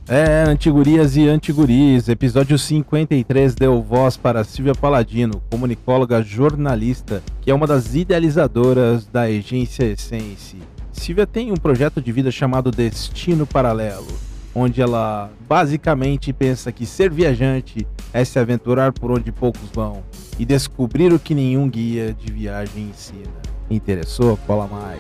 Antigurias e antiguris, episódio 53 deu voz para Silvia Paladino, comunicóloga jornalista, que é uma das idealizadoras da agência Essence. Silvia tem um projeto de vida chamado Destino Paralelo, onde ela basicamente pensa que ser viajante é se aventurar por onde poucos vão e descobrir o que nenhum guia de viagem ensina. Interessou? Cola mais.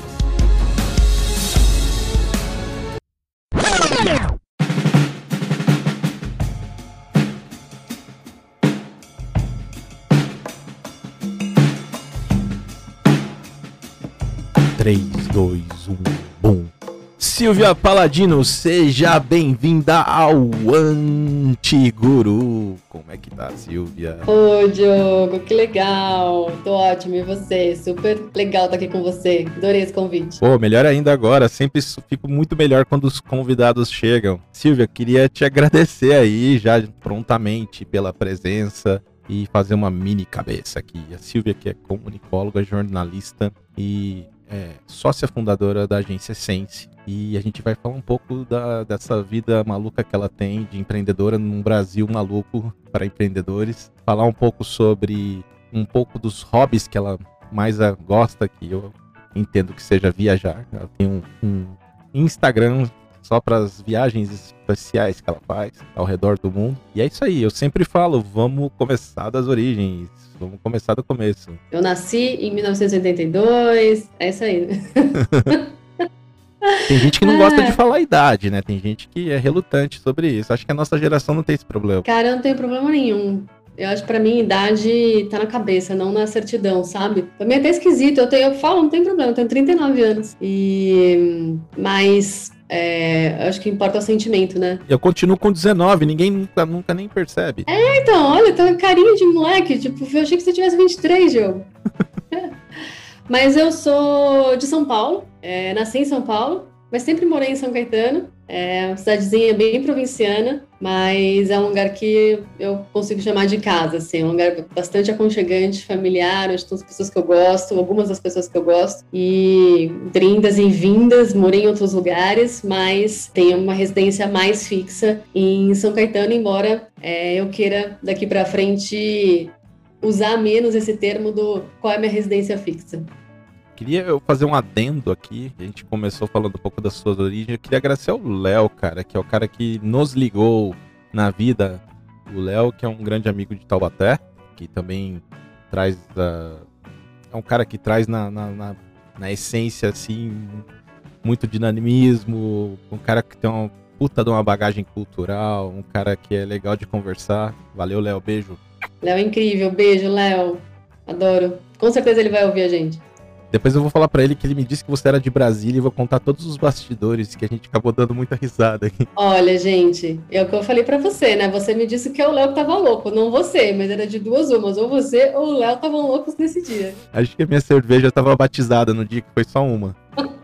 Três, dois, bum. Silvia Paladino, seja bem-vinda ao Antiguru. Como é que tá, Silvia? Ô, Diogo, que legal. Tô ótimo, e você? Super legal estar aqui com você. Adorei esse convite. Pô, melhor ainda agora. Sempre fico muito melhor quando os convidados chegam. Silvia, queria te agradecer aí já prontamente pela presença e fazer uma mini cabeça aqui. A Silvia, que é comunicóloga, jornalista e sócia fundadora da agência Essence. E a gente vai falar um pouco dessa vida maluca que ela tem de empreendedora num Brasil maluco para empreendedores. Falar um pouco sobre um pouco dos hobbies que ela mais gosta, que eu entendo que seja viajar. Ela tem um Instagram só para as viagens especiais que ela faz ao redor do mundo. E é isso aí, eu sempre falo, vamos começar das origens, vamos começar do começo. Eu nasci em 1982, é isso aí. Tem gente que não gosta de falar a idade, né? Tem gente que é relutante sobre isso. Acho que a nossa geração não tem esse problema. Cara, eu não tenho problema nenhum. Eu acho que pra mim, idade tá na cabeça, não na certidão, sabe? Pra mim é até esquisito. Eu falo, não tem problema, eu tenho 39 anos. Mas acho que importa o sentimento, né? Eu continuo com 19, ninguém nunca nem percebe. Então, olha, tem uma carinha de moleque. Tipo, eu achei que você tivesse 23, Diogo. Mas eu sou de São Paulo, nasci em São Paulo, mas sempre morei em São Caetano. É uma cidadezinha bem provinciana, mas é um lugar que eu consigo chamar de casa, assim, é um lugar bastante aconchegante, familiar, onde estão as pessoas que eu gosto, algumas das pessoas que eu gosto, e indas e vindas, morei em outros lugares, mas tenho uma residência mais fixa em São Caetano, embora eu queira daqui para frente usar menos esse termo do qual é a minha residência fixa. Queria eu fazer um adendo aqui. A gente começou falando um pouco das suas origens. Eu queria agradecer ao Léo, cara, que é o cara que nos ligou na vida. O Léo, que é um grande amigo de Taubaté, que também traz... é um cara que traz na essência, assim, muito dinamismo. Um cara que tem uma puta de uma bagagem cultural. Um cara que é legal de conversar. Valeu, Léo. Beijo. Léo é incrível. Beijo, Léo. Adoro. Com certeza ele vai ouvir a gente. Depois eu vou falar pra ele que ele me disse que você era de Brasília e vou contar todos os bastidores, que a gente acabou dando muita risada aqui. Olha, gente, é o que eu falei pra você, né? Você me disse que é o Léo que tava louco, não você, mas era de duas umas. Ou você ou o Léo estavam loucos nesse dia. Acho que a minha cerveja tava batizada no dia que foi só uma.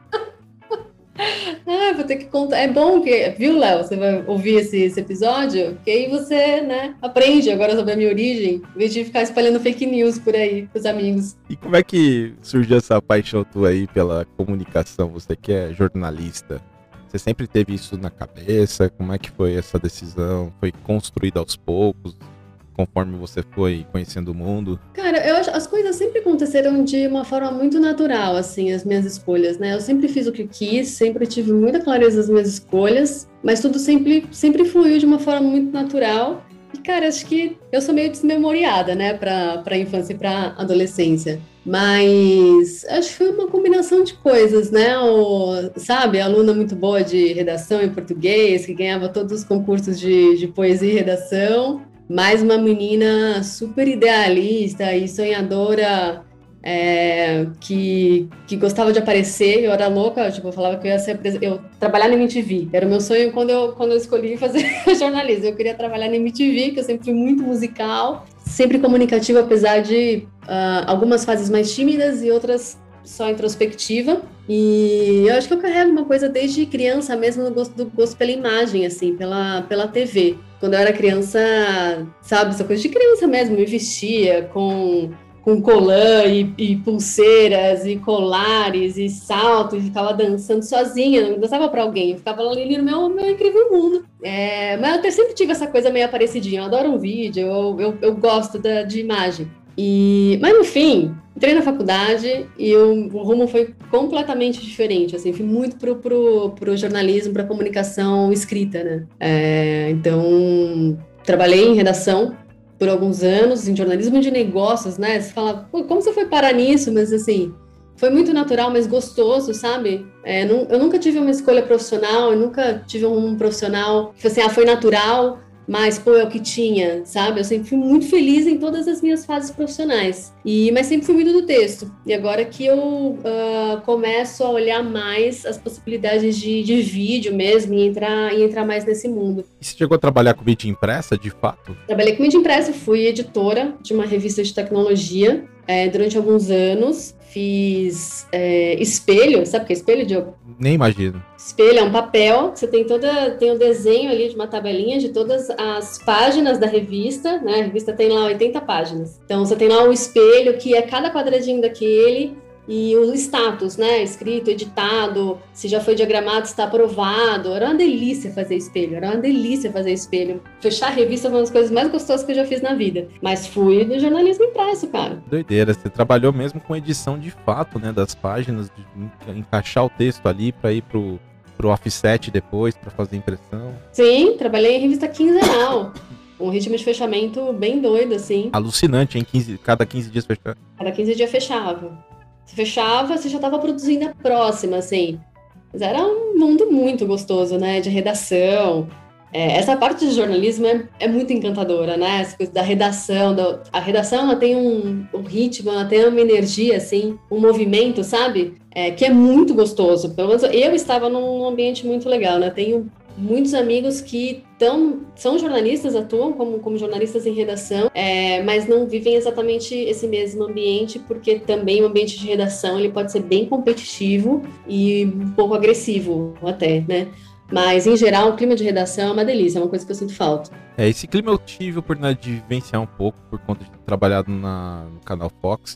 Vou ter que contar. É bom que, viu, Léo? Você vai ouvir esse episódio, que aí você, né, aprende agora sobre a minha origem, em vez de ficar espalhando fake news por aí com os amigos. E como é que surgiu essa paixão tua aí pela comunicação? Você que é jornalista, você sempre teve isso na cabeça? Como é que foi essa decisão? Foi construída aos poucos, conforme você foi conhecendo o mundo? Cara, eu acho as coisas sempre aconteceram de uma forma muito natural, assim, as minhas escolhas, né? Eu sempre fiz o que quis, sempre tive muita clareza das minhas escolhas, mas tudo sempre fluiu de uma forma muito natural. E, cara, acho que eu sou meio desmemoriada, né, pra infância e pra adolescência. Mas acho que foi uma combinação de coisas, né? Sabe, aluna muito boa de redação em português, que ganhava todos os concursos de poesia e redação. Mais uma menina super idealista e sonhadora, que gostava de aparecer. Eu era louca, tipo, eu falava que eu trabalhar na MTV. Era o meu sonho quando eu escolhi fazer jornalismo. Eu queria trabalhar na MTV, que eu sempre fui muito musical, sempre comunicativa, apesar de algumas fases mais tímidas e outras só introspectiva. E eu acho que eu carrego uma coisa desde criança mesmo, do gosto pela imagem, assim, pela TV. Quando eu era criança, sabe, essa coisa de criança mesmo, me vestia com com colã e pulseiras e colares e salto, e ficava dançando sozinha, não dançava para alguém, eu ficava ali no meu incrível mundo. Mas eu sempre tive essa coisa meio aparecidinha, eu adoro um vídeo, eu gosto de imagem. Mas no fim, entrei na faculdade e o rumo foi completamente diferente, assim, fui muito pro jornalismo, pra comunicação escrita, né? Então, trabalhei em redação por alguns anos, em jornalismo de negócios, né? Você fala, pô, como você foi parar nisso? Mas assim, foi muito natural, mas gostoso, sabe? Eu nunca tive uma escolha profissional, eu nunca tive um profissional que assim, foi natural, mas, pô, é o que tinha, sabe? Eu sempre fui muito feliz em todas as minhas fases profissionais. Mas sempre fui muito do texto. E agora que eu começo a olhar mais as possibilidades de vídeo mesmo e entrar mais nesse mundo. E você chegou a trabalhar com mídia impressa, de fato? Trabalhei com mídia impressa, fui editora de uma revista de tecnologia durante alguns anos. Fiz espelho, sabe o que é espelho, Diogo? Nem imagino. Espelho é um papel, você tem o desenho ali de uma tabelinha de todas as páginas da revista, né? A revista tem lá 80 páginas. Então, você tem lá um espelho que é cada quadradinho daquele e o status, né? Escrito, editado, se já foi diagramado, está aprovado. Era uma delícia fazer espelho. Fechar a revista foi uma das coisas mais gostosas que eu já fiz na vida. Mas fui do jornalismo impresso, cara. Doideira, você trabalhou mesmo com edição de fato, né? Das páginas, de encaixar o texto ali para ir pro offset depois, para fazer impressão. Sim, trabalhei em revista quinzenal. Um ritmo de fechamento bem doido, assim. Alucinante, hein? Cada 15 dias fechava. Cada 15 dias fechava. Se fechava, você já estava produzindo a próxima, assim. Mas era um mundo muito gostoso, né? De redação. Essa parte de jornalismo é muito encantadora, né? Essa coisa da redação. A redação, ela tem um ritmo, ela tem uma energia, assim, um movimento, sabe? Que é muito gostoso. Pelo menos eu estava num ambiente muito legal, né? Tenho muitos amigos que são jornalistas, atuam como jornalistas em redação, mas não vivem exatamente esse mesmo ambiente, porque também o ambiente de redação ele pode ser bem competitivo e um pouco agressivo até, né? Mas, em geral, o clima de redação é uma delícia, é uma coisa que eu sinto falta. Esse clima eu tive a oportunidade de vivenciar um pouco por conta de ter trabalhado no canal Fox.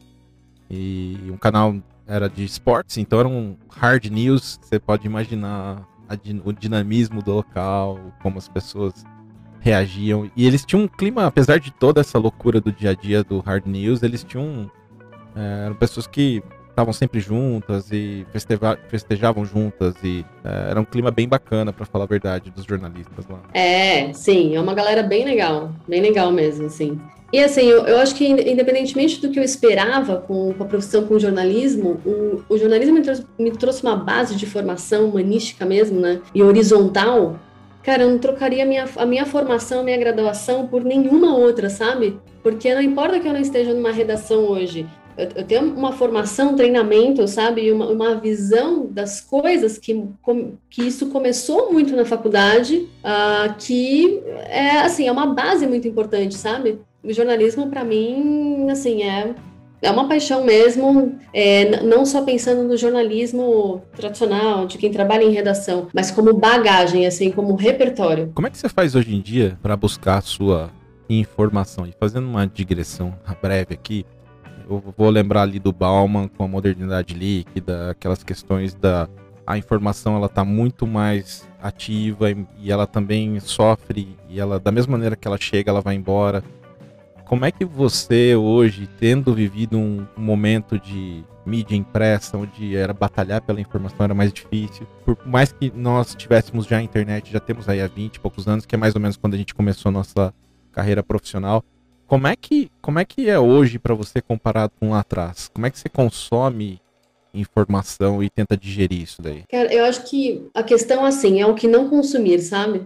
E um canal era de esportes, então era um hard news, você pode imaginar o dinamismo do local, como as pessoas reagiam. E eles tinham um clima, apesar de toda essa loucura do dia a dia do hard news, eles tinham... eram pessoas que estavam sempre juntas e festejavam juntas e era um clima bem bacana, para falar a verdade, dos jornalistas lá. Sim, é uma galera bem legal mesmo, assim. E assim, eu acho que independentemente do que eu esperava com a profissão com o jornalismo, o jornalismo me trouxe uma base de formação humanística mesmo, né, e horizontal. Cara, eu não trocaria a minha formação, a minha graduação por nenhuma outra, sabe? Porque não importa que eu não esteja numa redação hoje, eu tenho uma formação, um treinamento, sabe? Uma visão das coisas que isso começou muito na faculdade, que assim, é uma base muito importante, sabe? O jornalismo, para mim, assim, é uma paixão mesmo, não só pensando no jornalismo tradicional, de quem trabalha em redação, mas como bagagem, assim, como repertório. Como é que você faz hoje em dia para buscar a sua informação? E fazendo uma digressão breve aqui, eu vou lembrar ali do Bauman com a modernidade líquida, aquelas questões a informação ela está muito mais ativa e ela também sofre, e ela, da mesma maneira que ela chega, ela vai embora. Como é que você hoje, tendo vivido um momento de mídia impressa, onde era batalhar pela informação era mais difícil, por mais que nós tivéssemos já a internet, já temos aí há 20 e poucos anos, que é mais ou menos quando a gente começou a nossa carreira profissional, como é que é hoje para você comparado com lá atrás? Como é que você consome informação e tenta digerir isso daí? Cara, eu acho que a questão, assim, é o que não consumir, sabe?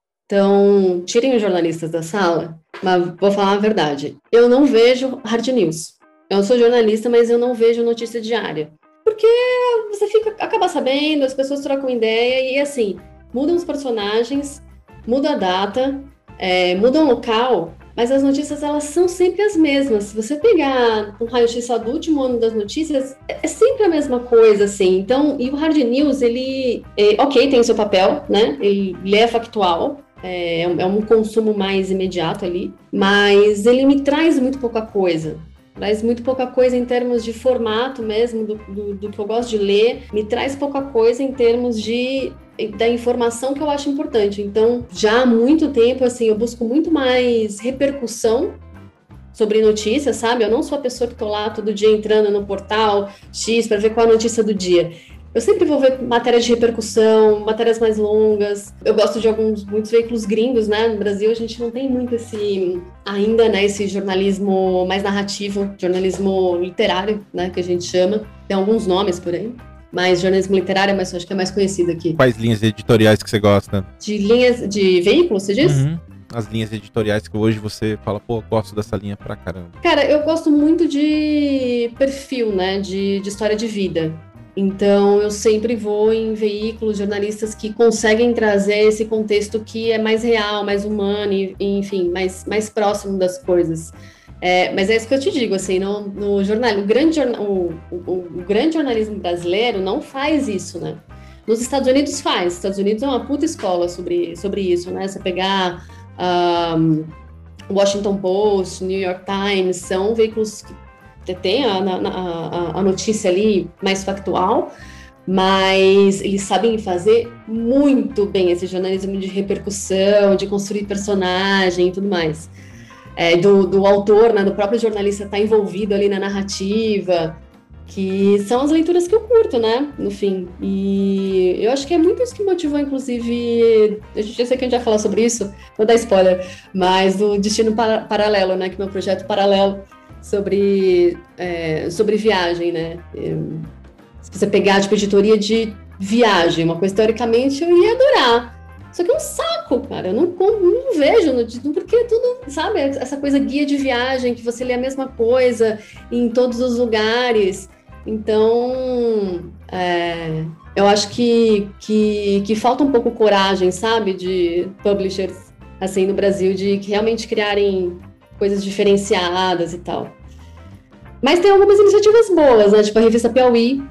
Então, tirem os jornalistas da sala, mas vou falar a verdade. Eu não vejo hard news. Eu sou jornalista, mas eu não vejo notícia diária. Porque você acaba sabendo, as pessoas trocam ideia e, assim, mudam os personagens, muda a data, muda o local, mas as notícias, elas são sempre as mesmas. Se você pegar um raio-x do último ano das notícias, é sempre a mesma coisa, assim. Então, e o hard news, ele, ok, tem o seu papel, né? Ele é factual, é um consumo mais imediato ali, mas ele me traz muito pouca coisa. traz muito pouca coisa em termos de formato mesmo, do que eu gosto de ler, me traz pouca coisa em termos da informação que eu acho importante. Então, já há muito tempo, assim, eu busco muito mais repercussão sobre notícias, sabe? Eu não sou a pessoa que tô lá todo dia entrando no portal X para ver qual é a notícia do dia. Eu sempre vou ver matérias de repercussão, matérias mais longas. Eu gosto de muitos veículos gringos, né? No Brasil a gente não tem muito ainda, né, esse jornalismo mais narrativo, jornalismo literário, né, que a gente chama. Tem alguns nomes por aí. Mas jornalismo literário, mas eu acho que é mais conhecido aqui. Quais linhas editoriais que você gosta? De veículos, você diz? Uhum. As linhas editoriais que hoje você fala, pô, gosto dessa linha pra caramba. Cara, eu gosto muito de perfil, né, de história de vida. Então, eu sempre vou em veículos, jornalistas que conseguem trazer esse contexto que é mais real, mais humano, e, enfim, mais próximo das coisas. Mas é isso que eu te digo, assim, no jornal, o grande jornalismo brasileiro não faz isso, né? Nos Estados Unidos faz. Os Estados Unidos é uma puta escola sobre isso, né? Você pegar Washington Post, New York Times, são veículos que tem a notícia ali mais factual, mas eles sabem fazer muito bem esse jornalismo de repercussão, de construir personagem e tudo mais. Do autor, né, do próprio jornalista estar envolvido ali na narrativa, que são as leituras que eu curto, né, no fim. E eu acho que é muito isso que motivou, inclusive, eu sei que a gente vai falar sobre isso, vou dar spoiler, mas o Destino Paralelo, né, que é meu projeto paralelo sobre viagem, né. Se você pegar, tipo, editoria de viagem, uma coisa, teoricamente, eu ia adorar. Só que é um saco, cara. Eu não vejo, porque tudo, sabe? Essa coisa guia de viagem, que você lê a mesma coisa em todos os lugares. Então, eu acho que falta um pouco coragem, sabe? De publishers, assim, no Brasil, de realmente criarem coisas diferenciadas e tal. Mas tem algumas iniciativas boas, né? Tipo a revista Piauí.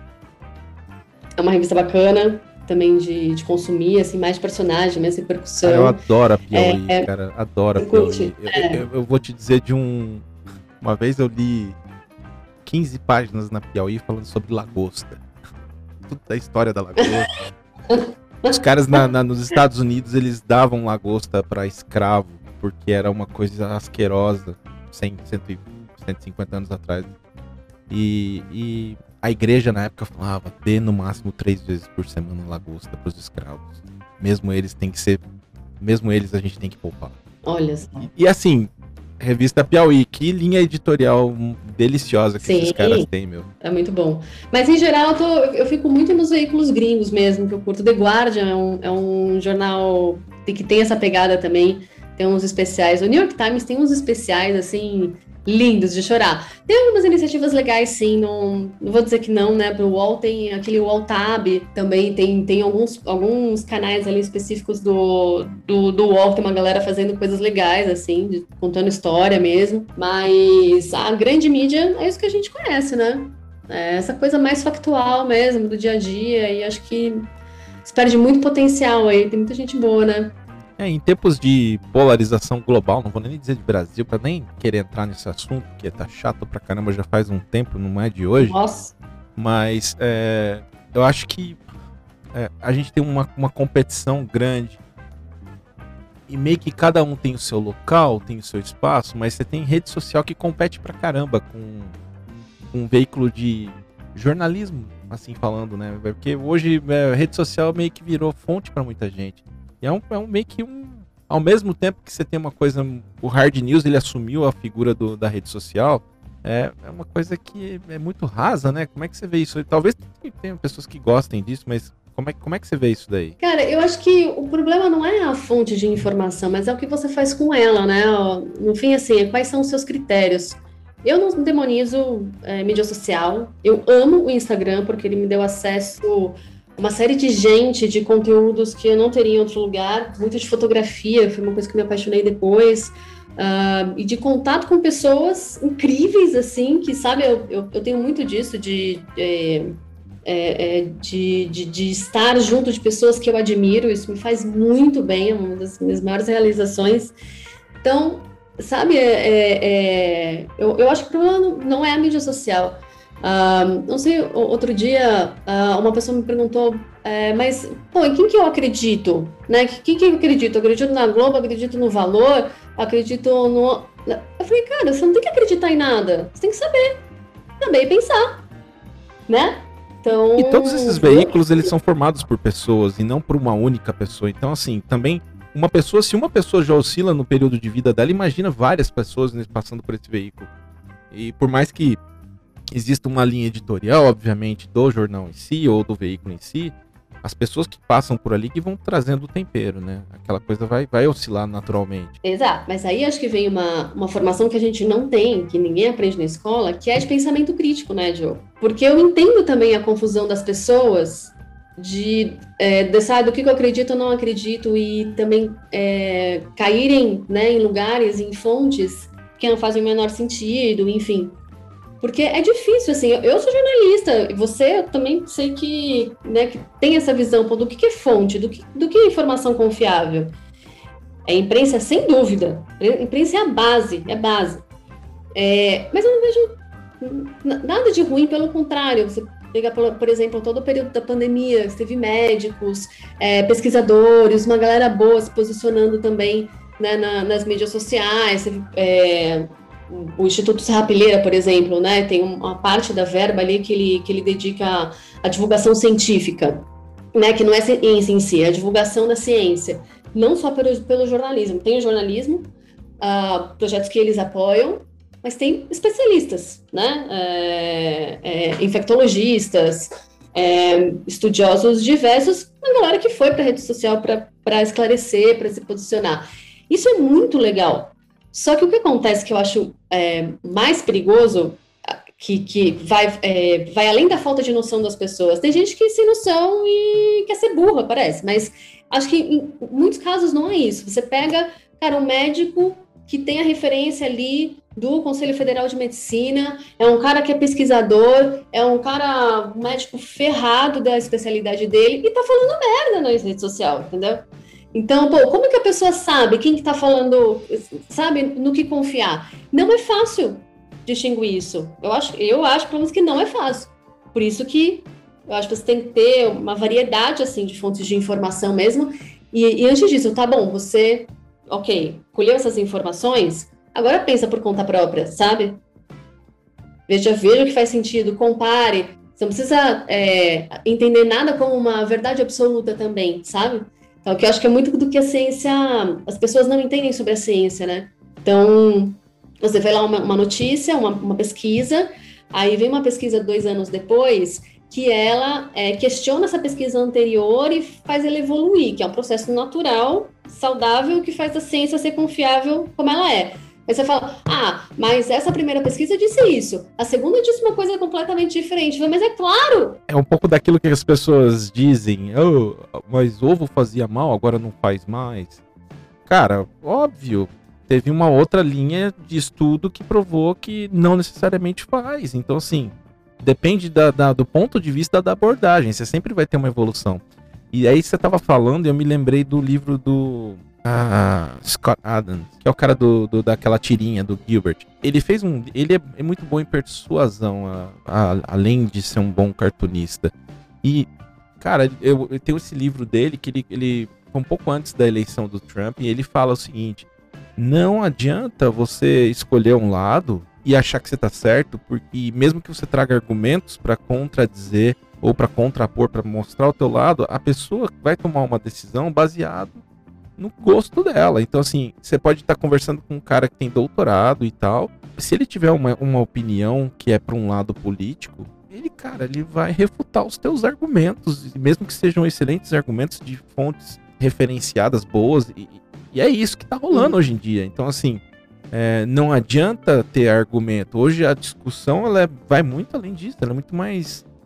É uma revista bacana também de consumir, assim, mais personagem, mais repercussão. Eu adoro a Piauí, cara. Adoro a Piauí. Eu vou te dizer uma vez eu li 15 páginas na Piauí falando sobre lagosta. Tudo da história da lagosta. Os caras nos Estados Unidos, eles davam lagosta para escravo, porque era uma coisa asquerosa, 150 anos atrás. E a igreja na época falava, dê no máximo 3 vezes por semana lagosta para os escravos. Mesmo eles a gente tem que poupar. Olha só. E assim, revista Piauí, que linha editorial deliciosa que esses caras têm, meu. É muito bom. Mas em geral eu fico muito nos veículos gringos mesmo, que eu curto. The Guardian é um jornal que tem essa pegada também. Tem uns especiais. O New York Times tem uns especiais, assim, lindos de chorar. Tem algumas iniciativas legais, sim, não vou dizer que não, né? Pro UOL tem aquele UOL Tab, também tem alguns canais ali específicos do UOL, tem uma galera fazendo coisas legais, assim, contando história mesmo, mas a grande mídia é isso que a gente conhece, né? É essa coisa mais factual mesmo, do dia a dia, e acho que se perde muito potencial aí, tem muita gente boa, né? Em tempos de polarização global, não vou nem dizer de Brasil, pra nem querer entrar nesse assunto, porque tá chato pra caramba já faz um tempo, não é de hoje. Nossa. Mas eu acho que a gente tem uma competição grande e meio que cada um tem o seu local, tem o seu espaço, mas você tem rede social que compete pra caramba com um veículo de jornalismo, assim falando, né? Porque hoje a rede social meio que virou fonte pra muita gente. E é um meio que ao mesmo tempo que você tem uma coisa, o hard news, ele assumiu a figura da rede social, é uma coisa que é muito rasa, né? Como é que você vê isso? Talvez tenha pessoas que gostem disso, mas como é que você vê isso daí? Cara, eu acho que o problema não é a fonte de informação, mas é o que você faz com ela, né? No fim, assim, quais são os seus critérios? Eu não demonizo mídia social, eu amo o Instagram porque ele me deu acesso uma série de gente, de conteúdos que eu não teria em outro lugar, muito de fotografia, foi uma coisa que me apaixonei depois, e de contato com pessoas incríveis, assim, que, sabe, eu tenho muito disso, de estar junto de pessoas que eu admiro, isso me faz muito bem, é uma das minhas maiores realizações. Então, sabe, eu acho que o problema não é a mídia social. Não sei, outro dia uma pessoa me perguntou, mas, pô, em quem que eu acredito? Né? Quem que eu acredito? Eu acredito na Globo, acredito no Valor, acredito no... Eu falei, cara, você não tem que acreditar em nada, você tem que saber e pensar, né? Então... E todos esses veículos, eles são formados por pessoas e não por uma única pessoa. Então, assim, também, se uma pessoa já oscila no período de vida dela, imagina várias pessoas passando por esse veículo. E por mais que existe uma linha editorial, obviamente, do jornal em si ou do veículo em si, as pessoas que passam por ali que vão trazendo o tempero, né? Aquela coisa vai oscilar naturalmente. Exato, mas aí acho que vem uma formação que a gente não tem, que ninguém aprende na escola, que é de pensamento crítico, né, Diogo? Porque eu entendo também a confusão das pessoas de do que eu acredito ou não acredito e também caírem, né, em lugares, em fontes que não fazem o menor sentido, enfim. Porque é difícil, assim, eu sou jornalista, e você eu também sei que, né, que tem essa visão, pô, do que é fonte, do que é informação confiável. A imprensa, sem dúvida, a imprensa é a base, mas eu não vejo nada de ruim, pelo contrário, você pega, por exemplo, todo o período da pandemia, você teve médicos, pesquisadores, uma galera boa se posicionando também, né, nas mídias sociais, o Instituto Serrapilheira, por exemplo, né, tem uma parte da verba ali que ele dedica à divulgação científica, né, que não é ciência em si, é a divulgação da ciência, não só pelo jornalismo. Tem o jornalismo, projetos que eles apoiam, mas tem especialistas, né, infectologistas, estudiosos diversos, uma galera que foi para a rede social para esclarecer, para se posicionar. Isso é muito legal. Só que o que acontece que eu acho mais perigoso, que vai além da falta de noção das pessoas. Tem gente que sem noção e quer ser burra, parece, mas acho que em muitos casos não é isso. Você pega, cara, um médico que tem a referência ali do Conselho Federal de Medicina, é um cara que é pesquisador, é um médico ferrado da especialidade dele e tá falando merda na rede social, entendeu? Então, pô, como é que a pessoa sabe quem que tá falando, sabe, no que confiar? Não é fácil distinguir isso. Eu acho, pelo menos, que não é fácil. Por isso que eu acho que você tem que ter uma variedade, assim, de fontes de informação mesmo. E antes disso, tá bom, você, colheu essas informações, agora pensa por conta própria, sabe? Veja o que faz sentido, compare. Você não precisa entender nada como uma verdade absoluta também, sabe? Então, que eu acho que é muito do que a ciência... As pessoas não entendem sobre a ciência, né? Então, você vê lá uma notícia, uma pesquisa, aí vem uma pesquisa 2 anos depois, que ela questiona essa pesquisa anterior e faz ela evoluir, que é um processo natural, saudável, que faz a ciência ser confiável como ela é. Aí você fala, mas essa primeira pesquisa disse isso, a segunda disse uma coisa completamente diferente. Mas é claro! É um pouco daquilo que as pessoas dizem, mas ovo fazia mal, agora não faz mais. Cara, óbvio, teve uma outra linha de estudo que provou que não necessariamente faz. Então, assim, depende do ponto de vista da abordagem, você sempre vai ter uma evolução. E aí você tava falando e eu me lembrei do livro do... Scott Adams, que é o cara daquela tirinha do Gilbert. Ele é muito bom em persuasão, além de ser um bom cartunista. E, cara, eu tenho esse livro dele que ele foi um pouco antes da eleição do Trump, e ele fala o seguinte: não adianta você escolher um lado e achar que você tá certo, porque mesmo que você traga argumentos para contradizer ou para contrapor, para mostrar o teu lado, a pessoa vai tomar uma decisão baseada no gosto dela. Então, assim, você pode estar conversando com um cara que tem doutorado e tal. Se ele tiver uma opinião que é para um lado político, ele vai refutar os teus argumentos, mesmo que sejam excelentes argumentos de fontes referenciadas boas. E é isso que tá rolando hoje em dia. Então, assim, não adianta ter argumento. Hoje a discussão vai muito além disso, ela é muito mais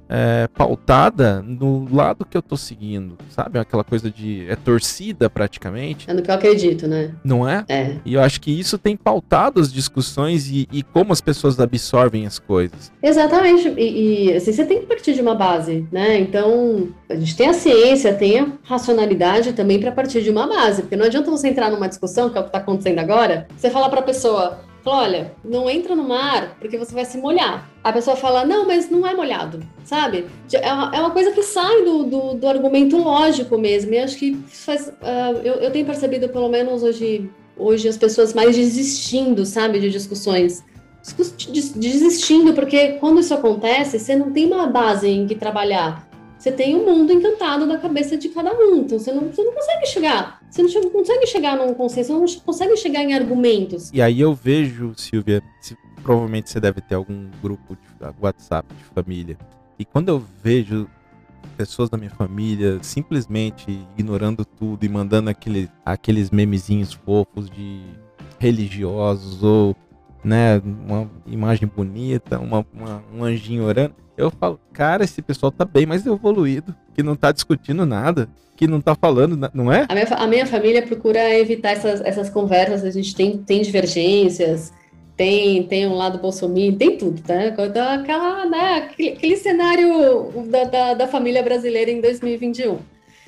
pautada no lado que eu tô seguindo, sabe? Aquela coisa é torcida praticamente. É no que eu acredito, né? Não é? E eu acho que isso tem pautado as discussões e como as pessoas absorvem as coisas. Exatamente, e assim, você tem que partir de uma base, né? Então, a gente tem a ciência, tem a racionalidade também para partir de uma base, porque não adianta você entrar numa discussão, que é o que está acontecendo agora, você falar para a pessoa, olha, não entra no mar porque você vai se molhar. A pessoa fala, não, mas não é molhado, sabe? É uma coisa que sai do argumento lógico mesmo, e acho que faz, eu tenho percebido, pelo menos hoje as pessoas mais desistindo, sabe, de discussões. Desistindo, porque quando isso acontece, você não tem uma base em que trabalhar. Você tem um mundo encantado na cabeça de cada um, então você não consegue chegar. Você não consegue chegar num consenso, você não consegue chegar em argumentos. E aí eu vejo, Silvia, provavelmente você deve ter algum grupo de WhatsApp de família. E quando eu vejo pessoas da minha família simplesmente ignorando tudo e mandando aqueles memezinhos fofos de religiosos ou, né, uma imagem bonita, um anjinho orando, eu falo, cara, esse pessoal tá bem mais evoluído, que não tá discutindo nada, que não tá falando, não é? A minha família procura evitar essas conversas, a gente tem divergências, tem um lado bolsominion, tem tudo, tá? Aquele cenário da família brasileira em 2021.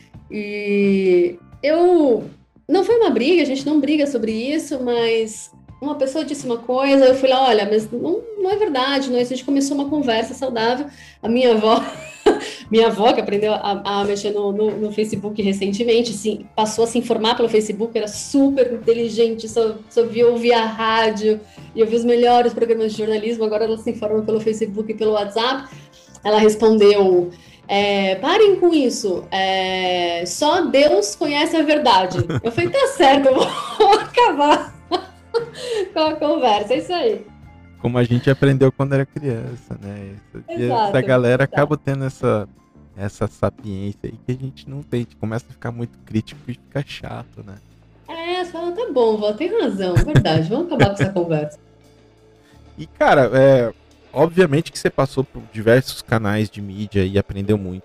E não foi uma briga, a gente não briga sobre isso, mas uma pessoa disse uma coisa, eu fui lá, olha, mas não é verdade, não, a gente começou uma conversa saudável. A minha avó, que aprendeu a mexer no Facebook recentemente, assim, passou a se informar pelo Facebook, era super inteligente, só ouvia a rádio e ouvia os melhores programas de jornalismo, agora ela se informa pelo Facebook e pelo WhatsApp. Ela respondeu, parem com isso, só Deus conhece a verdade. Eu falei, tá certo, eu vou acabar com a conversa, é isso aí. Como a gente aprendeu quando era criança, né? Essa galera acaba tendo essa sapiência aí que a gente não tem. A gente começa a ficar muito crítico e fica chato, né? Você fala, tá bom, vó, tem razão, verdade, vamos acabar com essa conversa. E, cara, obviamente que você passou por diversos canais de mídia e aprendeu muito.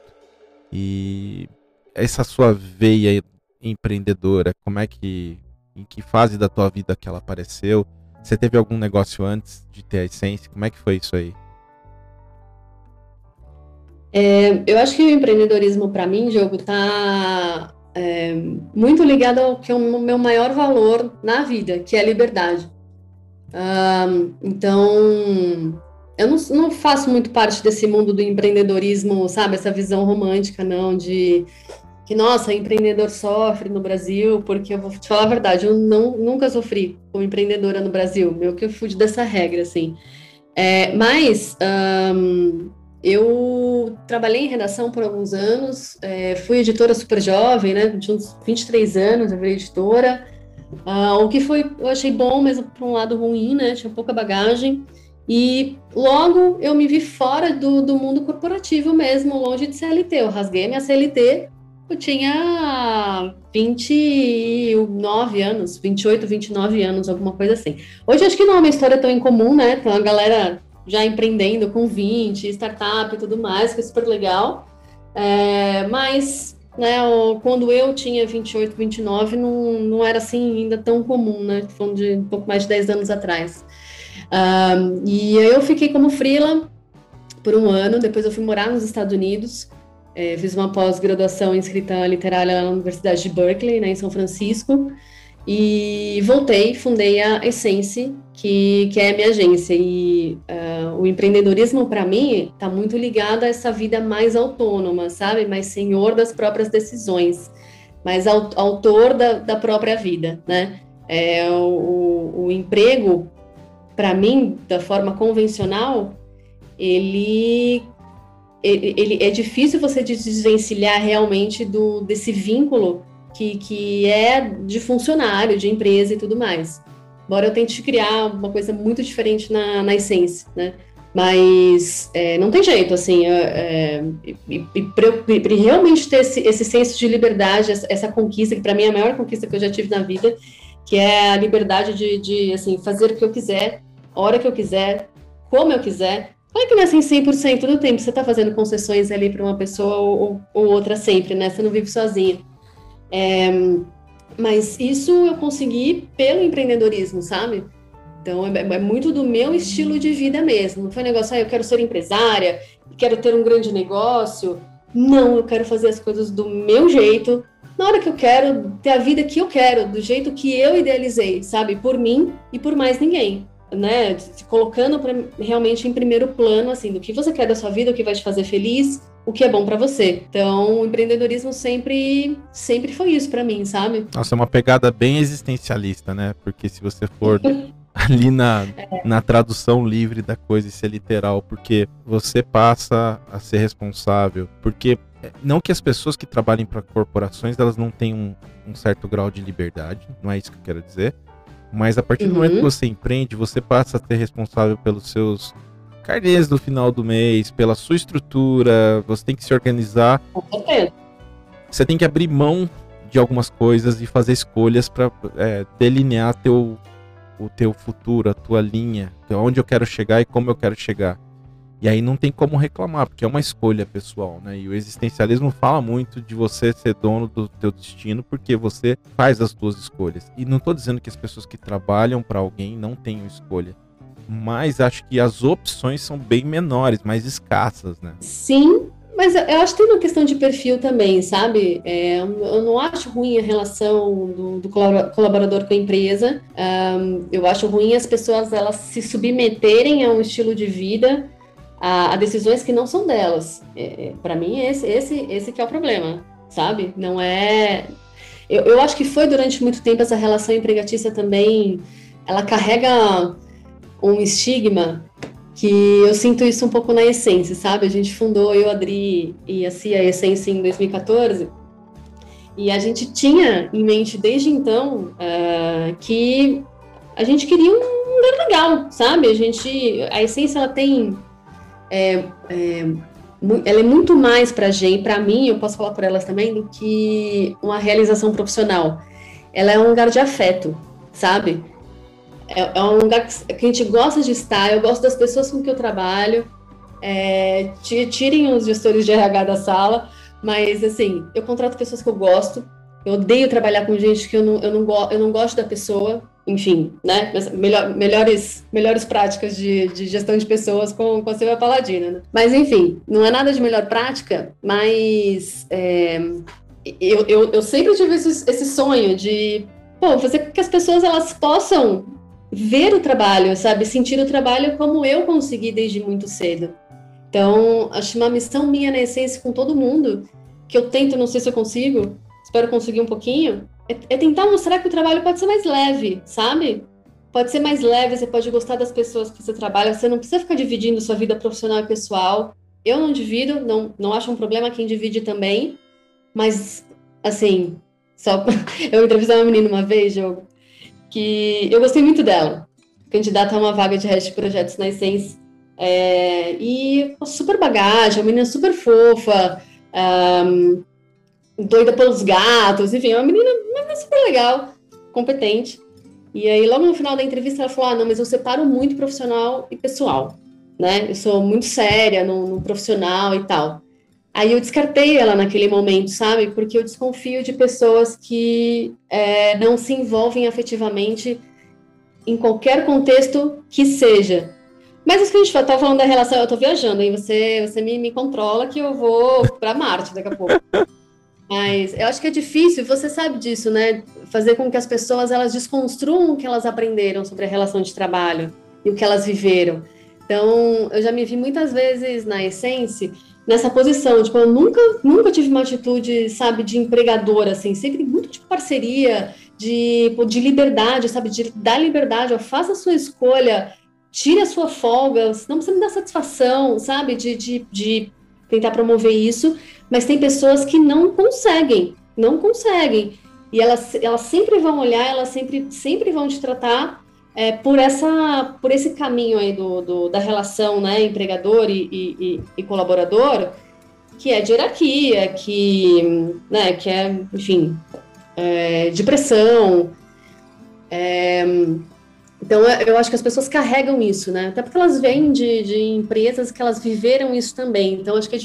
E essa sua veia empreendedora, em que fase da tua vida que ela apareceu? Você teve algum negócio antes de ter a Essence? Como é que foi isso aí? Eu acho que o empreendedorismo, para mim, Diogo, tá muito ligado ao que é o meu maior valor na vida, que é a liberdade. Então, eu não faço muito parte desse mundo do empreendedorismo, sabe? Essa visão romântica, não, de que, nossa, empreendedor sofre no Brasil, porque eu vou te falar a verdade, eu nunca sofri como empreendedora no Brasil, meio que eu fugi dessa regra, assim. Mas eu trabalhei em redação por alguns anos, fui editora super jovem, né, de uns 23 anos, eu virei editora, o que eu achei bom, mas por um lado ruim, né, tinha pouca bagagem, e logo eu me vi fora do mundo corporativo mesmo, longe de CLT, eu rasguei minha CLT. Eu tinha 29 anos, 28, 29 anos, alguma coisa assim. Hoje acho que não é uma história tão incomum, né? Tem uma galera já empreendendo com 20, startup e tudo mais, que é super legal. Mas, né, quando eu tinha 28, 29, não era assim ainda tão comum, né? Falando de um pouco mais de 10 anos atrás. E aí eu fiquei como freela por um ano, depois eu fui morar nos Estados Unidos. Fiz uma pós-graduação em escrita literária na Universidade de Berkeley, né, em São Francisco, e voltei, fundei a Essence, que é a minha agência, e o empreendedorismo, para mim, está muito ligado a essa vida mais autônoma, sabe, mais senhor das próprias decisões, mais autor da própria vida, né, o emprego, para mim, da forma convencional, ele é difícil você desvencilhar realmente desse vínculo que é de funcionário, de empresa e tudo mais. Embora eu tente criar uma coisa muito diferente na Essence, né? Mas não tem jeito, assim, para realmente ter esse senso de liberdade, essa conquista, que para mim é a maior conquista que eu já tive na vida, que é a liberdade de assim, fazer o que eu quiser, a hora que eu quiser, como eu quiser, Claro que não é assim 100% do tempo, você tá fazendo concessões ali para uma pessoa ou outra sempre, né? Você não vive sozinha. Mas isso eu consegui pelo empreendedorismo, sabe? Então, é muito do meu estilo de vida mesmo. Não foi um negócio, eu quero ser empresária, quero ter um grande negócio. Não, eu quero fazer as coisas do meu jeito, na hora que eu quero, ter a vida que eu quero, do jeito que eu idealizei, sabe? Por mim e por mais ninguém, né? Se colocando realmente em primeiro plano, assim, do que você quer da sua vida, o que vai te fazer feliz, o que é bom para você. Então, o empreendedorismo sempre foi isso para mim, sabe? Nossa, é uma pegada bem existencialista, né? Porque se você for ali na tradução livre da coisa e ser literal, porque você passa a ser responsável, porque não que as pessoas que trabalhem para corporações, elas não tenham um certo grau de liberdade, não é isso que eu quero dizer, mas a partir do momento que você empreende, você passa a ser responsável pelos seus carnês do final do mês, pela sua estrutura, você tem que se organizar, você tem que abrir mão de algumas coisas e fazer escolhas para delinear o teu futuro, a tua linha, onde eu quero chegar e como eu quero chegar. E aí não tem como reclamar, porque é uma escolha pessoal, né? E o existencialismo fala muito de você ser dono do teu destino, porque você faz as tuas escolhas. E não estou dizendo que as pessoas que trabalham para alguém não tenham escolha, mas acho que as opções são bem menores, mais escassas, né? Sim, mas eu acho que tem uma questão de perfil também, sabe? Eu não acho ruim a relação do colaborador com a empresa. Eu acho ruim as pessoas elas se submeterem a um estilo de vida, a decisões que não são delas. Para mim, esse que é o problema, sabe? Não é... Eu acho que foi durante muito tempo essa relação empregatícia também, ela carrega um estigma que eu sinto isso um pouco na Essence, sabe? A gente fundou, eu, a Adri e a Cia, a Essence em 2014, e a gente tinha em mente desde então que a gente queria um lugar legal, sabe? A Essence, ela tem... ela é muito mais pra gente, pra mim, eu posso falar por elas também, do que uma realização profissional. Ela é um lugar de afeto, sabe? É um lugar que a gente gosta de estar, eu gosto das pessoas com que eu trabalho, tirem os gestores de RH da sala, mas, assim, eu contrato pessoas que eu gosto, eu odeio trabalhar com gente que eu não gosto da pessoa, enfim, né, melhores práticas de gestão de pessoas com a Silvia Paladino, né? Mas, enfim, não é nada de melhor prática, mas eu sempre tive esse sonho de, fazer com que as pessoas, elas possam ver o trabalho, sabe? Sentir o trabalho como eu consegui desde muito cedo. Então, acho uma missão minha na Essence com todo mundo, que eu tento, não sei se eu consigo, espero conseguir um pouquinho, é tentar mostrar que o trabalho pode ser mais leve, sabe? Pode ser mais leve, você pode gostar das pessoas que você trabalha, você não precisa ficar dividindo sua vida profissional e pessoal. Eu não divido, não acho um problema quem divide também, mas, assim, eu entrevistei uma menina uma vez, Diogo, que eu gostei muito dela, candidata a uma vaga de head de projetos na Essence, e super bagagem, uma menina super fofa, doida pelos gatos, enfim, uma menina super legal, competente. E aí, logo no final da entrevista, ela falou, não, mas eu separo muito profissional e pessoal, né? Eu sou muito séria no profissional e tal. Aí eu descartei ela naquele momento, sabe? Porque eu desconfio de pessoas que não se envolvem afetivamente em qualquer contexto que seja. Mas isso que a gente tá falando da relação, eu tô viajando, hein? Você me controla que eu vou para Marte daqui a pouco. Mas eu acho que é difícil, você sabe disso, né? Fazer com que as pessoas elas desconstruam o que elas aprenderam sobre a relação de trabalho e o que elas viveram. Então, eu já me vi muitas vezes na Essence nessa posição, tipo, eu nunca tive uma atitude, sabe, de empregadora, assim, sempre muito de parceria, de liberdade, sabe, de dar liberdade, faça a sua escolha, tire a sua folga, não precisa me dar satisfação, sabe, de tentar promover isso, mas tem pessoas que não conseguem, e elas sempre vão olhar, elas sempre vão te tratar por esse caminho aí da relação, né, empregador e colaborador, que é de hierarquia, né, que é, enfim, de pressão, Então, eu acho que as pessoas carregam isso, né? Até porque elas vêm de empresas que elas viveram isso também. Então, acho que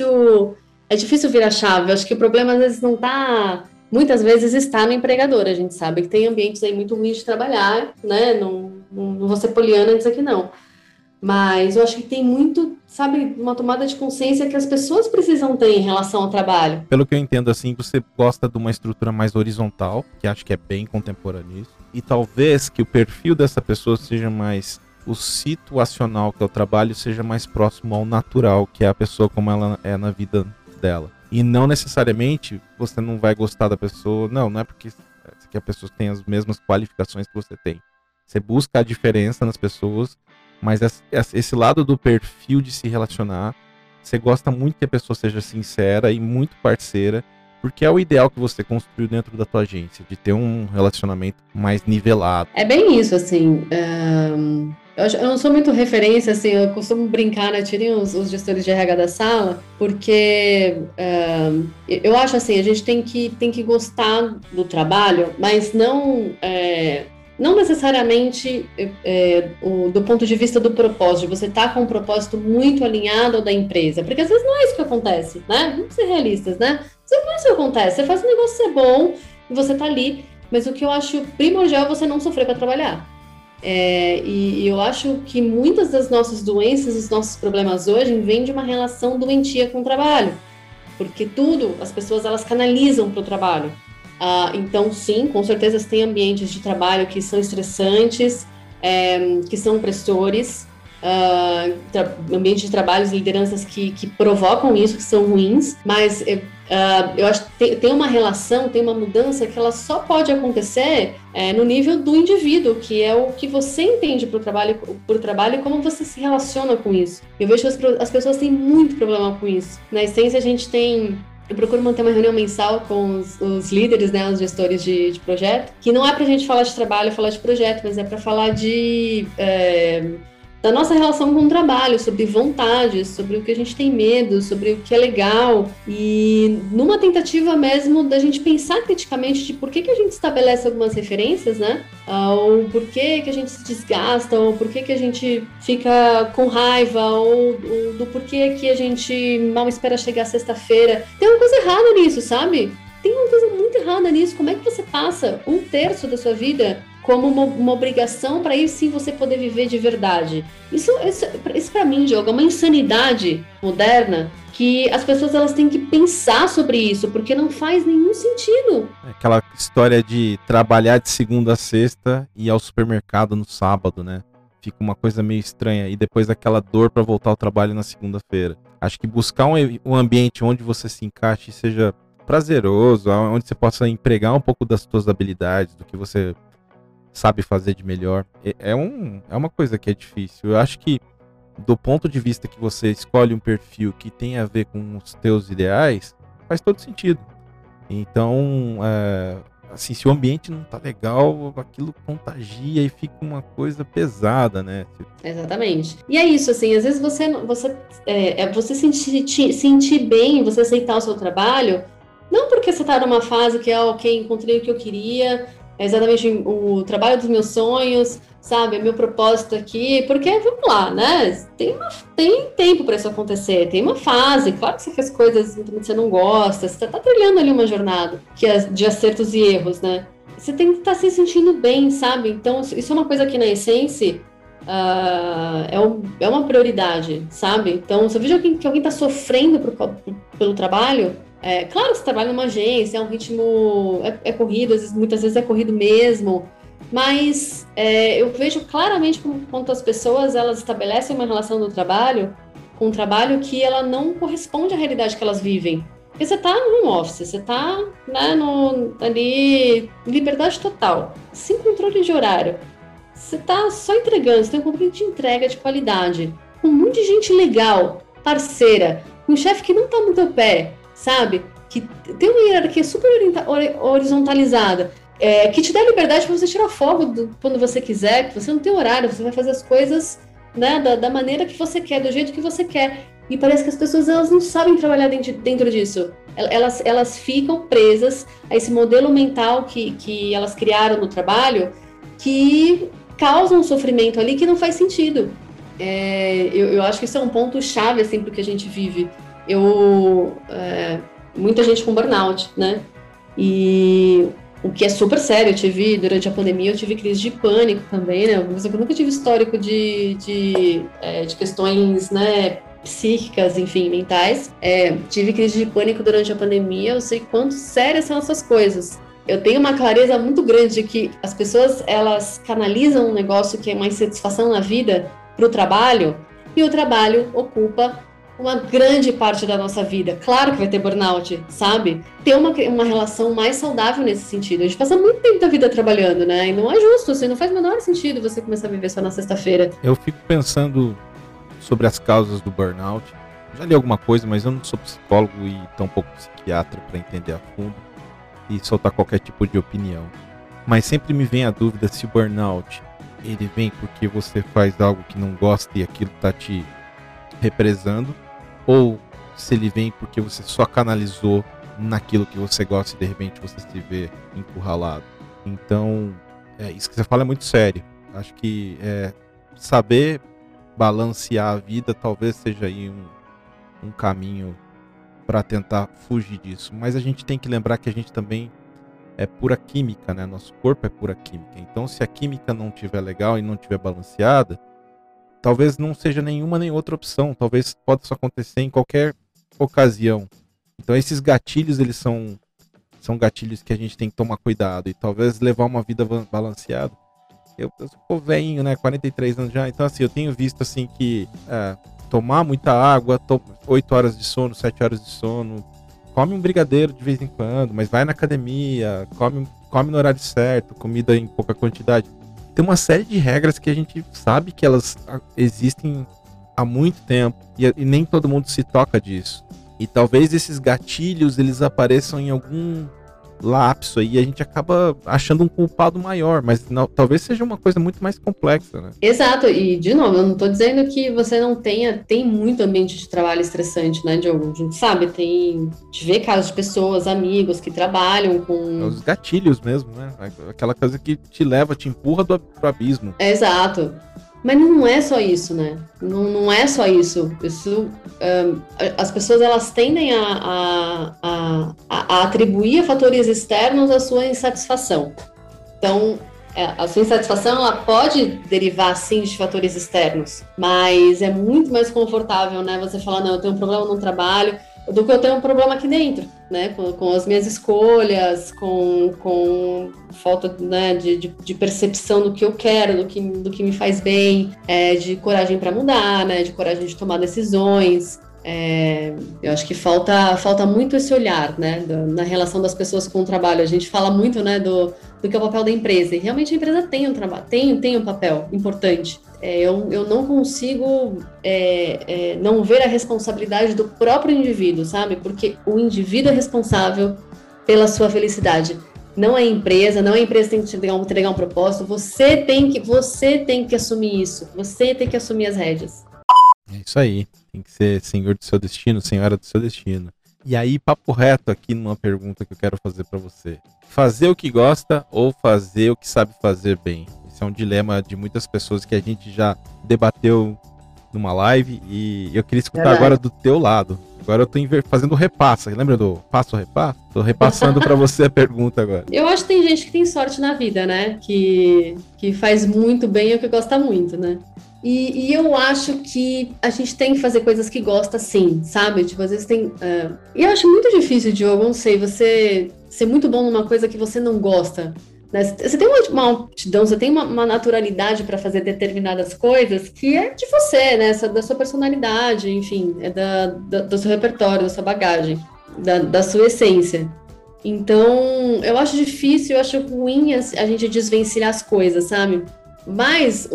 é difícil virar chave. Eu acho que o problema, às vezes, não está... Muitas vezes está no empregador. A gente sabe que tem ambientes aí muito ruins de trabalhar, né? Não vou ser poliana e dizer que não. Mas eu acho que tem muito, sabe, uma tomada de consciência que as pessoas precisam ter em relação ao trabalho. Pelo que eu entendo, assim, você gosta de uma estrutura mais horizontal, que acho que é bem contemporâneo isso, e talvez que o perfil dessa pessoa seja mais o situacional, que é o trabalho, seja mais próximo ao natural, que é a pessoa como ela é na vida dela. E não necessariamente você não vai gostar da pessoa, não é porque que a pessoa tem as mesmas qualificações que você tem. Você busca a diferença nas pessoas, mas esse lado do perfil de se relacionar, você gosta muito que a pessoa seja sincera e muito parceira, porque é o ideal que você construiu dentro da tua agência, de ter um relacionamento mais nivelado. É bem isso, assim. Eu não sou muito referência, assim, eu costumo brincar, né? Tirem os gestores de RH da sala, porque eu acho assim, a gente tem que gostar do trabalho, mas não necessariamente do ponto de vista do propósito, você tá com um propósito muito alinhado ao da empresa, porque às vezes não é isso que acontece, né? Vamos ser realistas, né? Não é isso que acontece, você faz um negócio ser bom e você tá ali, mas o que eu acho primordial é você não sofrer para trabalhar. E eu acho que muitas das nossas doenças, os nossos problemas hoje, vêm de uma relação doentia com o trabalho, porque as pessoas elas canalizam para o trabalho. Então, sim, com certeza tem ambientes de trabalho que são estressantes, que são opressores, ambientes de trabalho e lideranças que provocam isso, que são ruins, mas eu acho que tem uma relação, tem uma mudança que ela só pode acontecer no nível do indivíduo, que é o que você entende por trabalho e como você se relaciona com isso. Eu vejo que as pessoas têm muito problema com isso. Na essência, eu procuro manter uma reunião mensal com os líderes, né, os gestores de projeto, que não é pra gente falar de trabalho, falar de projeto, mas é para falar da nossa relação com o trabalho, sobre vontades, sobre o que a gente tem medo, sobre o que é legal, e numa tentativa mesmo da gente pensar criticamente de por que a gente estabelece algumas referências, né? Ou por que a gente se desgasta, ou por que a gente fica com raiva, ou do porquê que a gente mal espera chegar sexta-feira. Tem uma coisa errada nisso, sabe? Tem uma coisa muito errada nisso. Como é que você passa 1/3 da sua vida como uma obrigação para aí sim você poder viver de verdade? Isso para mim, Diogo, é uma insanidade moderna que as pessoas elas têm que pensar sobre isso, porque não faz nenhum sentido. Aquela história de trabalhar de segunda a sexta e ir ao supermercado no sábado, né? Fica uma coisa meio estranha. E depois aquela dor para voltar ao trabalho na segunda-feira. Acho que buscar um ambiente onde você se encaixe e seja prazeroso, onde você possa empregar um pouco das suas habilidades, do que você sabe fazer de melhor, é uma coisa que é difícil. Eu acho que do ponto de vista que você escolhe um perfil que tem a ver com os teus ideais, faz todo sentido. Então, assim, se o ambiente não tá legal, aquilo contagia e fica uma coisa pesada, né? Exatamente. E é isso, assim, às vezes você sentir bem, você aceitar o seu trabalho, não porque você tá numa fase que ok, encontrei o que eu queria, é exatamente o trabalho dos meus sonhos, sabe, é meu propósito aqui, porque, vamos lá, né, tem tempo para isso acontecer, tem uma fase, claro que você faz coisas que você não gosta, você tá trilhando ali uma jornada, que é de acertos e erros, né, você tem que estar se sentindo bem, sabe, então isso é uma coisa que na essência é uma prioridade, sabe, então se eu vejo que alguém tá sofrendo pelo trabalho, claro que você trabalha numa agência, é um ritmo, é corrido, muitas vezes é corrido mesmo, mas eu vejo claramente quanto as pessoas elas estabelecem uma relação do trabalho com um trabalho que ela não corresponde à realidade que elas vivem. Porque você está no home office, você está, né, ali, liberdade total, sem controle de horário. Você está só entregando, você tem um controle de entrega de qualidade, com um monte de gente legal, parceira, um chefe que não está no teu pé, sabe? Que tem uma hierarquia super horizontalizada, que te dá liberdade para você tirar folga quando você quiser, que você não tem horário, você vai fazer as coisas, né, da maneira que você quer, do jeito que você quer. E parece que as pessoas elas não sabem trabalhar dentro disso. Elas ficam presas a esse modelo mental que elas criaram no trabalho, que causa um sofrimento ali que não faz sentido. Eu acho que isso é um ponto chave, assim, pro que a gente vive. Muita gente com burnout, né? E o que é super sério, durante a pandemia, eu tive crise de pânico também, né? Eu nunca tive histórico de questões, né, psíquicas, enfim, mentais. Tive crise de pânico durante a pandemia, eu sei quanto sérias são essas coisas. Eu tenho uma clareza muito grande de que as pessoas, elas canalizam um negócio que é mais satisfação na vida para o trabalho, e o trabalho ocupa uma grande parte da nossa vida. Claro que vai ter burnout, sabe? Ter uma relação mais saudável nesse sentido. A gente passa muito tempo da vida trabalhando, né? E não é justo, assim, não faz o menor sentido você começar a viver só na sexta-feira. Eu fico pensando sobre as causas do burnout. Já li alguma coisa, mas eu não sou psicólogo e tampouco psiquiatra para entender a fundo e soltar qualquer tipo de opinião. Mas sempre me vem a dúvida se o burnout ele vem porque você faz algo que não gosta e aquilo tá te represando, ou se ele vem porque você só canalizou naquilo que você gosta e de repente você se vê encurralado. Então, isso que você fala é muito sério. Acho que saber balancear a vida talvez seja aí um caminho para tentar fugir disso. Mas a gente tem que lembrar que a gente também é pura química, né? Nosso corpo é pura química. Então, se a química não estiver legal e não estiver balanceada, talvez não seja nenhuma nem outra opção. Talvez possa acontecer em qualquer ocasião. Então, esses gatilhos, eles são gatilhos que a gente tem que tomar cuidado. E talvez levar uma vida balanceada. Eu sou velhinho, né? 43 anos já. Então, assim, eu tenho visto, assim, que tomar muita água, 8 horas de sono, 7 horas de sono, come um brigadeiro de vez em quando, mas vai na academia, come no horário certo, comida em pouca quantidade. Tem uma série de regras que a gente sabe que elas existem há muito tempo e nem todo mundo se toca disso. E talvez esses gatilhos eles apareçam em algum lapso aí, a gente acaba achando um culpado maior, mas talvez seja uma coisa muito mais complexa, né? Exato, e de novo, eu não tô dizendo que você não tem muito ambiente de trabalho estressante, né, Diogo? A gente sabe, a gente vê casos de pessoas, amigos que trabalham com... Os gatilhos mesmo, né? Aquela coisa que te leva, te empurra pro abismo. Exato. Mas não é só isso, né? Não é só isso. As pessoas elas tendem a atribuir a fatores externos a sua insatisfação. Então, a sua insatisfação ela pode derivar, sim, de fatores externos, mas é muito mais confortável, né? Você falar, não, eu tenho um problema no trabalho, do que eu tenho um problema aqui dentro, né? Com as minhas escolhas, com falta, né, de percepção do que eu quero, do que me faz bem, de coragem para mudar, né? De coragem de tomar decisões. Eu acho que falta muito esse olhar, né? Na relação das pessoas com o trabalho. A gente fala muito, né, do que é o papel da empresa. E realmente a empresa tem um trabalho, tem um papel importante. Eu não consigo não ver a responsabilidade do próprio indivíduo, sabe? Porque o indivíduo é responsável pela sua felicidade. Não é a empresa, não é a empresa que tem que te entregar um propósito. Você tem que assumir isso. Você tem que assumir as rédeas. É isso aí. Tem que ser senhor do seu destino, senhora do seu destino. E aí, papo reto aqui numa pergunta que eu quero fazer pra você. Fazer o que gosta ou fazer o que sabe fazer bem? Esse é um dilema de muitas pessoas que a gente já debateu numa live e eu queria escutar agora do teu lado. Agora eu tô fazendo repassa. Lembra do passo repasso? Tô repassando pra você a pergunta agora. Eu acho que tem gente que tem sorte na vida, né? Que faz muito bem e o que gosta muito, né? E eu acho que a gente tem que fazer coisas que gosta, sim, sabe? Tipo, às vezes tem... E eu acho muito difícil, Diogo, não sei, você ser muito bom numa coisa que você não gosta, né? Você tem uma aptidão, você tem uma naturalidade para fazer determinadas coisas que é de você, né? Da sua personalidade, enfim, do seu repertório, da sua bagagem, da sua essência. Então, eu acho difícil, eu acho ruim a gente desvencilhar as coisas, sabe? Mas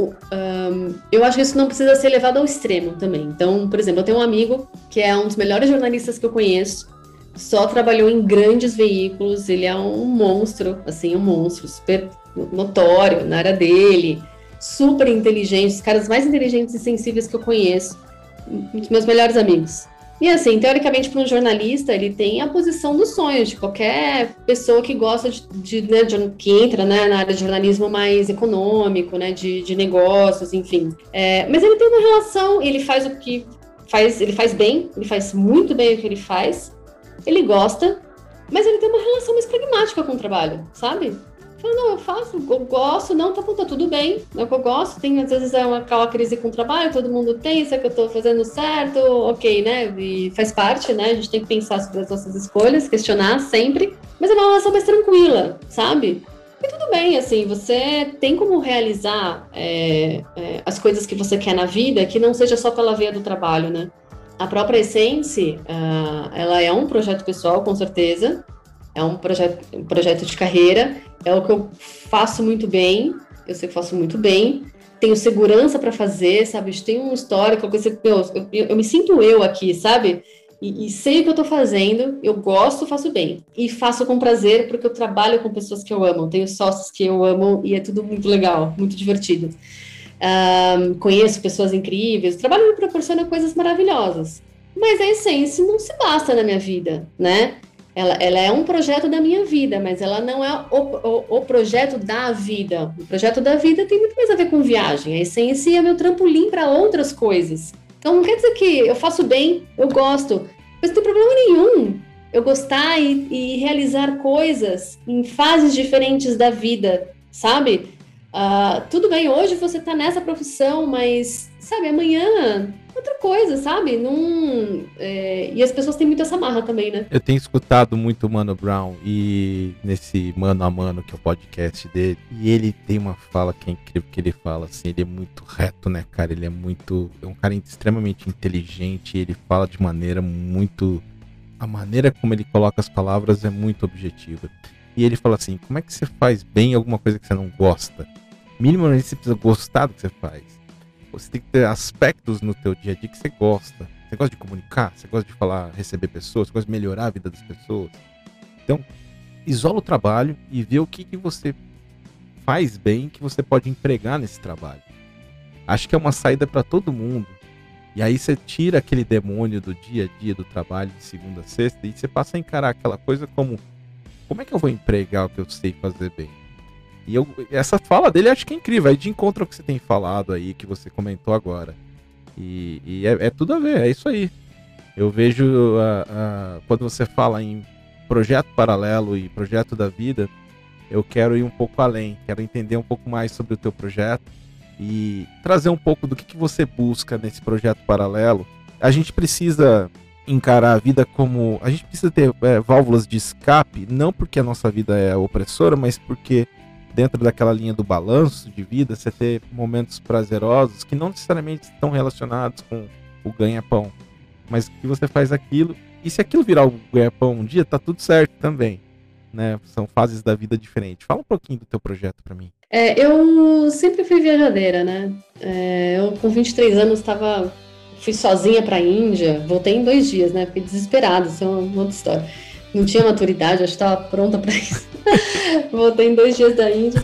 eu acho que isso não precisa ser levado ao extremo também. Então, por exemplo, eu tenho um amigo que é um dos melhores jornalistas que eu conheço, só trabalhou em grandes veículos, ele é um monstro, assim, um monstro, super notório na área dele, super inteligente, os caras mais inteligentes e sensíveis que eu conheço, um dos meus melhores amigos. E assim, teoricamente, para um jornalista, ele tem a posição dos sonhos de qualquer pessoa que gosta que entra, né, na área de jornalismo mais econômico, né, de negócios, enfim. Mas ele tem uma relação, ele faz o que faz, ele faz bem, ele faz muito bem o que ele faz, ele gosta, mas ele tem uma relação mais pragmática com o trabalho, sabe? Fala, não, eu gosto, não, tá tudo bem, é o que eu gosto, tem, às vezes aquela crise com o trabalho, todo mundo tem, será que eu tô fazendo certo, ok, né, e faz parte, né, a gente tem que pensar sobre as nossas escolhas, questionar sempre, mas é uma relação mais tranquila, sabe? E tudo bem, assim, você tem como realizar as coisas que você quer na vida, que não seja só pela veia do trabalho, né? A própria Essence, ela é um projeto pessoal, com certeza, é um projeto de carreira, é o que eu faço muito bem, eu sei que faço muito bem, tenho segurança para fazer, sabe? Tem um histórico, eu me sinto eu aqui, sabe? E sei o que eu estou fazendo, eu gosto, faço bem. E faço com prazer, porque eu trabalho com pessoas que eu amo, tenho sócios que eu amo e é tudo muito legal, muito divertido. Conheço pessoas incríveis, o trabalho me proporciona coisas maravilhosas. Mas a Essence não se basta na minha vida, né? Ela é um projeto da minha vida, mas ela não é o projeto da vida. O projeto da vida tem muito mais a ver com viagem. A Essence é meu trampolim para outras coisas. Então não quer dizer que eu faço bem, eu gosto, mas não tem problema nenhum eu gostar e realizar coisas em fases diferentes da vida, sabe? Tudo bem, hoje você tá nessa profissão, mas, sabe, amanhã outra coisa, sabe? E as pessoas têm muito essa marra também, né? Eu tenho escutado muito o Mano Brown e nesse Mano a Mano, que é o podcast dele, e ele tem uma fala que é incrível, que ele fala assim, ele é muito reto, né, cara? Ele é um cara extremamente inteligente, ele fala de maneira muito... A maneira como ele coloca as palavras é muito objetiva. E ele fala assim, como é que você faz bem alguma coisa que você não gosta? Minimamente você precisa gostar do que você faz. Você tem que ter aspectos no teu dia a dia que você gosta. Você gosta de comunicar, você gosta de falar, receber pessoas, você gosta de melhorar a vida das pessoas. Então, isola o trabalho e vê o que você faz bem que você pode empregar nesse trabalho. Acho que é uma saída para todo mundo. E aí você tira aquele demônio do dia a dia do trabalho de segunda a sexta e você passa a encarar aquela coisa como é que eu vou empregar o que eu sei fazer bem? E essa fala dele acho que é incrível, aí de encontro ao que você tem falado aí, que você comentou agora. E é tudo a ver, é isso aí. Eu vejo quando você fala em projeto paralelo e projeto da vida, eu quero ir um pouco além, quero entender um pouco mais sobre o teu projeto e trazer um pouco do que você busca nesse projeto paralelo. A gente precisa encarar a vida como... A gente precisa ter válvulas de escape, não porque a nossa vida é opressora, mas porque dentro daquela linha do balanço de vida, você ter momentos prazerosos que não necessariamente estão relacionados com o ganha-pão, mas que você faz aquilo, e se aquilo virar o ganha-pão um dia, tá tudo certo também, né? São fases da vida diferentes. Fala um pouquinho do teu projeto para mim. Eu sempre fui viajadeira, né? Eu com 23 anos fui sozinha para a Índia, voltei em 2 dias, né? Fiquei desesperada, isso é uma outra história. Não tinha maturidade, acho que estava pronta para isso. Voltei em 2 dias da Índia.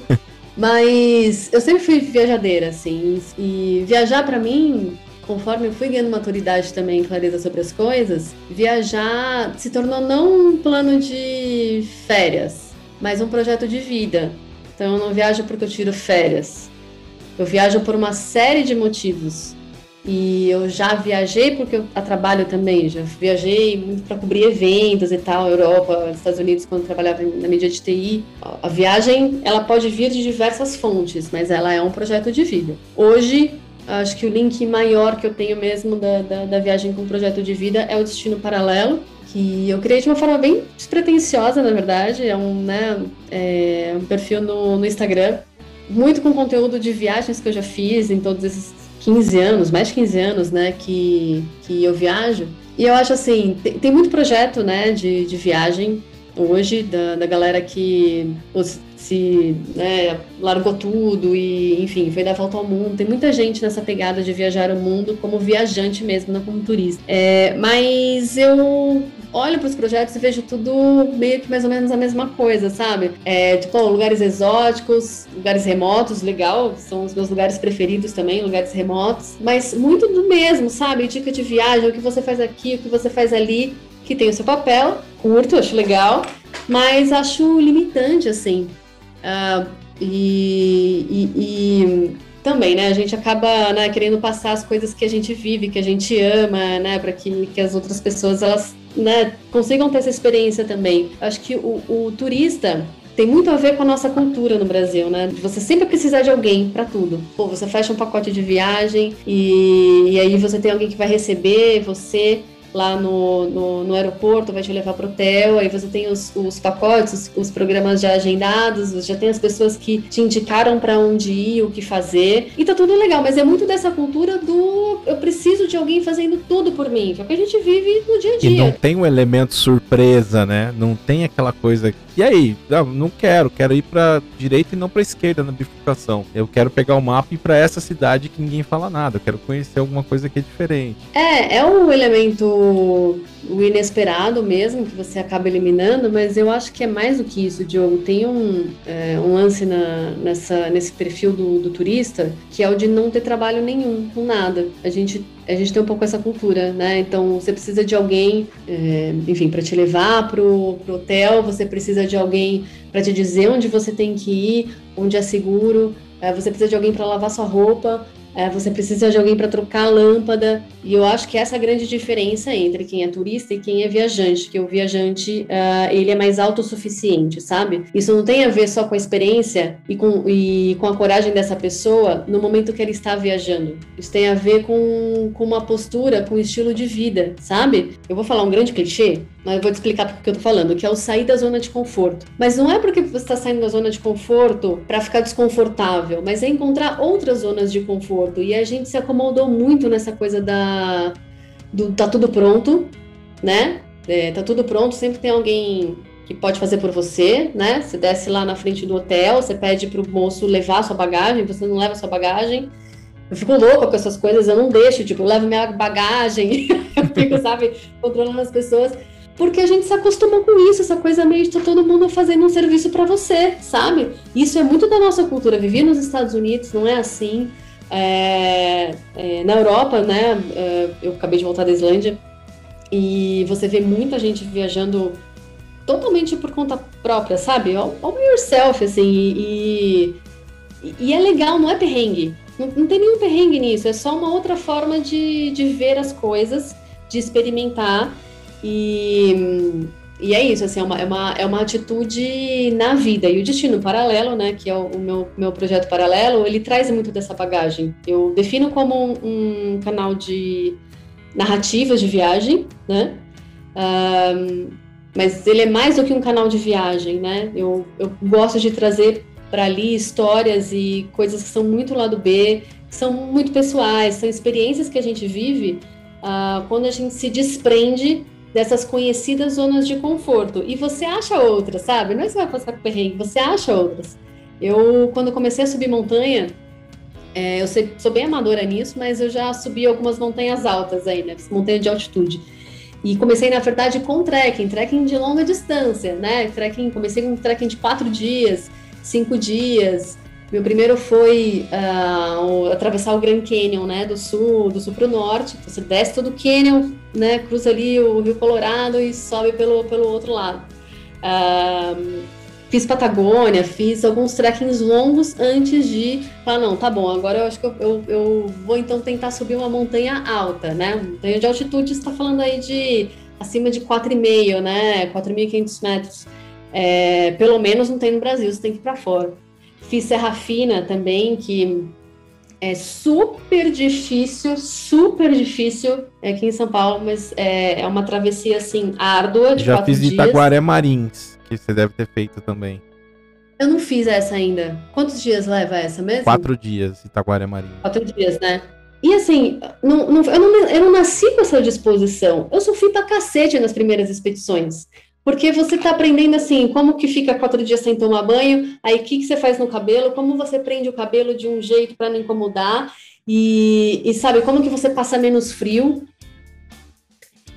Mas eu sempre fui viajadeira, assim. E viajar para mim, conforme eu fui ganhando maturidade também, clareza sobre as coisas, viajar se tornou não um plano de férias, mas um projeto de vida. Então eu não viajo porque eu tiro férias. Eu viajo por uma série de motivos. E eu já viajei porque eu trabalho também, já viajei muito para cobrir eventos e tal, Europa, Estados Unidos, quando eu trabalhava na mídia de TI. A viagem, ela pode vir de diversas fontes, mas ela é um projeto de vida. Hoje, acho que o link maior que eu tenho mesmo da viagem com o projeto de vida é o Destino Paralelo, que eu criei de uma forma bem despretensiosa, na verdade, é um perfil no Instagram, muito com conteúdo de viagens que eu já fiz em todos esses 15 anos, mais de 15 anos, né, que eu viajo. E eu acho assim, tem muito projeto, né, de viagem hoje, da galera que largou tudo e, enfim, foi dar volta ao mundo. Tem muita gente nessa pegada de viajar o mundo como viajante mesmo, não como turista. Mas eu olho para os projetos e vejo tudo meio que mais ou menos a mesma coisa, sabe? Tipo, lugares exóticos, lugares remotos, legal, são os meus lugares preferidos também, lugares remotos, mas muito do mesmo, sabe? Dica de viagem, o que você faz aqui, o que você faz ali, que tem o seu papel, curto, acho legal, mas acho limitante, assim. Também, né, a gente acaba, né, querendo passar as coisas que a gente vive, que a gente ama, né, para que as outras pessoas, elas, né, consigam ter essa experiência também. Acho que o turista tem muito a ver com a nossa cultura no Brasil, né, de você sempre precisar de alguém para tudo. Pô, você fecha um pacote de viagem e aí você tem alguém que vai receber você lá no aeroporto, vai te levar para o hotel, aí você tem os pacotes, os programas já agendados, já tem as pessoas que te indicaram para onde ir, o que fazer, e tá tudo legal, mas é muito dessa cultura do eu preciso de alguém fazendo tudo por mim, que é o que a gente vive no dia a dia. E não tem um elemento surpresa, né? Não tem aquela coisa... E aí? Não quero ir pra direita e não pra esquerda na bifurcação. Eu quero pegar o mapa e ir pra essa cidade que ninguém fala nada. Eu quero conhecer alguma coisa que é diferente. É um elemento o inesperado mesmo, que você acaba eliminando, mas eu acho que é mais do que isso, Diogo. Tem um lance nesse perfil do turista, que é o de não ter trabalho nenhum, com nada. A gente tem um pouco essa cultura, né? Então, você precisa de alguém, enfim, para te levar pro hotel, você precisa de alguém para te dizer onde você tem que ir, onde é seguro, você precisa de alguém para lavar sua roupa, você precisa de alguém para trocar a lâmpada, e eu acho que essa é a grande diferença entre quem é turista e quem é viajante, que o viajante, ele é mais autossuficiente, sabe? Isso não tem a ver só com a experiência e com a coragem dessa pessoa no momento que ela está viajando. Isso tem a ver com uma postura, com um estilo de vida, sabe? Eu vou falar um grande clichê, mas eu vou te explicar porque eu tô falando, que é o sair da zona de conforto. Mas não é porque você está saindo da zona de conforto para ficar desconfortável, mas é encontrar outras zonas de conforto. E a gente se acomodou muito nessa coisa do tá tudo pronto, né? Tá tudo pronto, sempre tem alguém que pode fazer por você, né? Você desce lá na frente do hotel, você pede pro moço levar a sua bagagem, você não leva a sua bagagem. Eu fico louca com essas coisas, eu não deixo, tipo, eu levo minha bagagem, eu fico, sabe, controlando as pessoas. Porque a gente se acostumou com isso, essa coisa meio de tá todo mundo fazendo um serviço para você, sabe? Isso é muito da nossa cultura. Vivi nos Estados Unidos, não é assim. Na Europa, né? Eu acabei de voltar da Islândia e você vê muita gente viajando totalmente por conta própria, sabe? All yourself, assim. E é legal, não é perrengue. Não tem nenhum perrengue nisso. É só uma outra forma de ver as coisas, de experimentar. E é isso, assim, é uma atitude na vida. E o Destino Paralelo, né, que é o meu projeto paralelo, ele traz muito dessa bagagem. Eu defino como um canal de narrativas de viagem, né? Mas ele é mais do que um canal de viagem, né? Eu gosto de trazer para ali histórias e coisas que são muito lado B, que são muito pessoais, são experiências que a gente vive quando a gente se desprende dessas conhecidas zonas de conforto. E você acha outras, sabe? Não é que você vai passar com perrengue, você acha outras. Eu, quando comecei a subir montanha, eu sou bem amadora nisso, mas eu já subi algumas montanhas altas aí, né? Montanha de altitude. E comecei, na verdade, com trekking de longa distância, né? Comecei com trekking de 4 dias, 5 dias. Meu primeiro foi atravessar o Grand Canyon, né, do sul para o norte. Você desce todo o Canyon, né, cruza ali o Rio Colorado e sobe pelo outro lado. Fiz Patagônia, fiz alguns trekkings longos antes de falar, não, tá bom, agora eu acho que eu vou então tentar subir uma montanha alta, né? Montanha de altitude, você está falando aí de acima de 4,5, né, 4.500 metros. Pelo menos não tem no Brasil, você tem que ir para fora. Fiz Serra Fina também, que é super difícil aqui em São Paulo, mas é uma travessia, assim, árdua, de 4 dias. Já fiz Itaguaré Marins, que você deve ter feito também. Eu não fiz essa ainda. Quantos dias leva essa mesmo? 4 dias, Itaguaré Marins. 4 dias, né? E assim, eu não nasci com essa disposição. Eu sofri pra cacete nas primeiras expedições. Porque você tá aprendendo assim, como que fica 4 dias sem tomar banho, aí o que você faz no cabelo, como você prende o cabelo de um jeito para não incomodar, e sabe, como que você passa menos frio.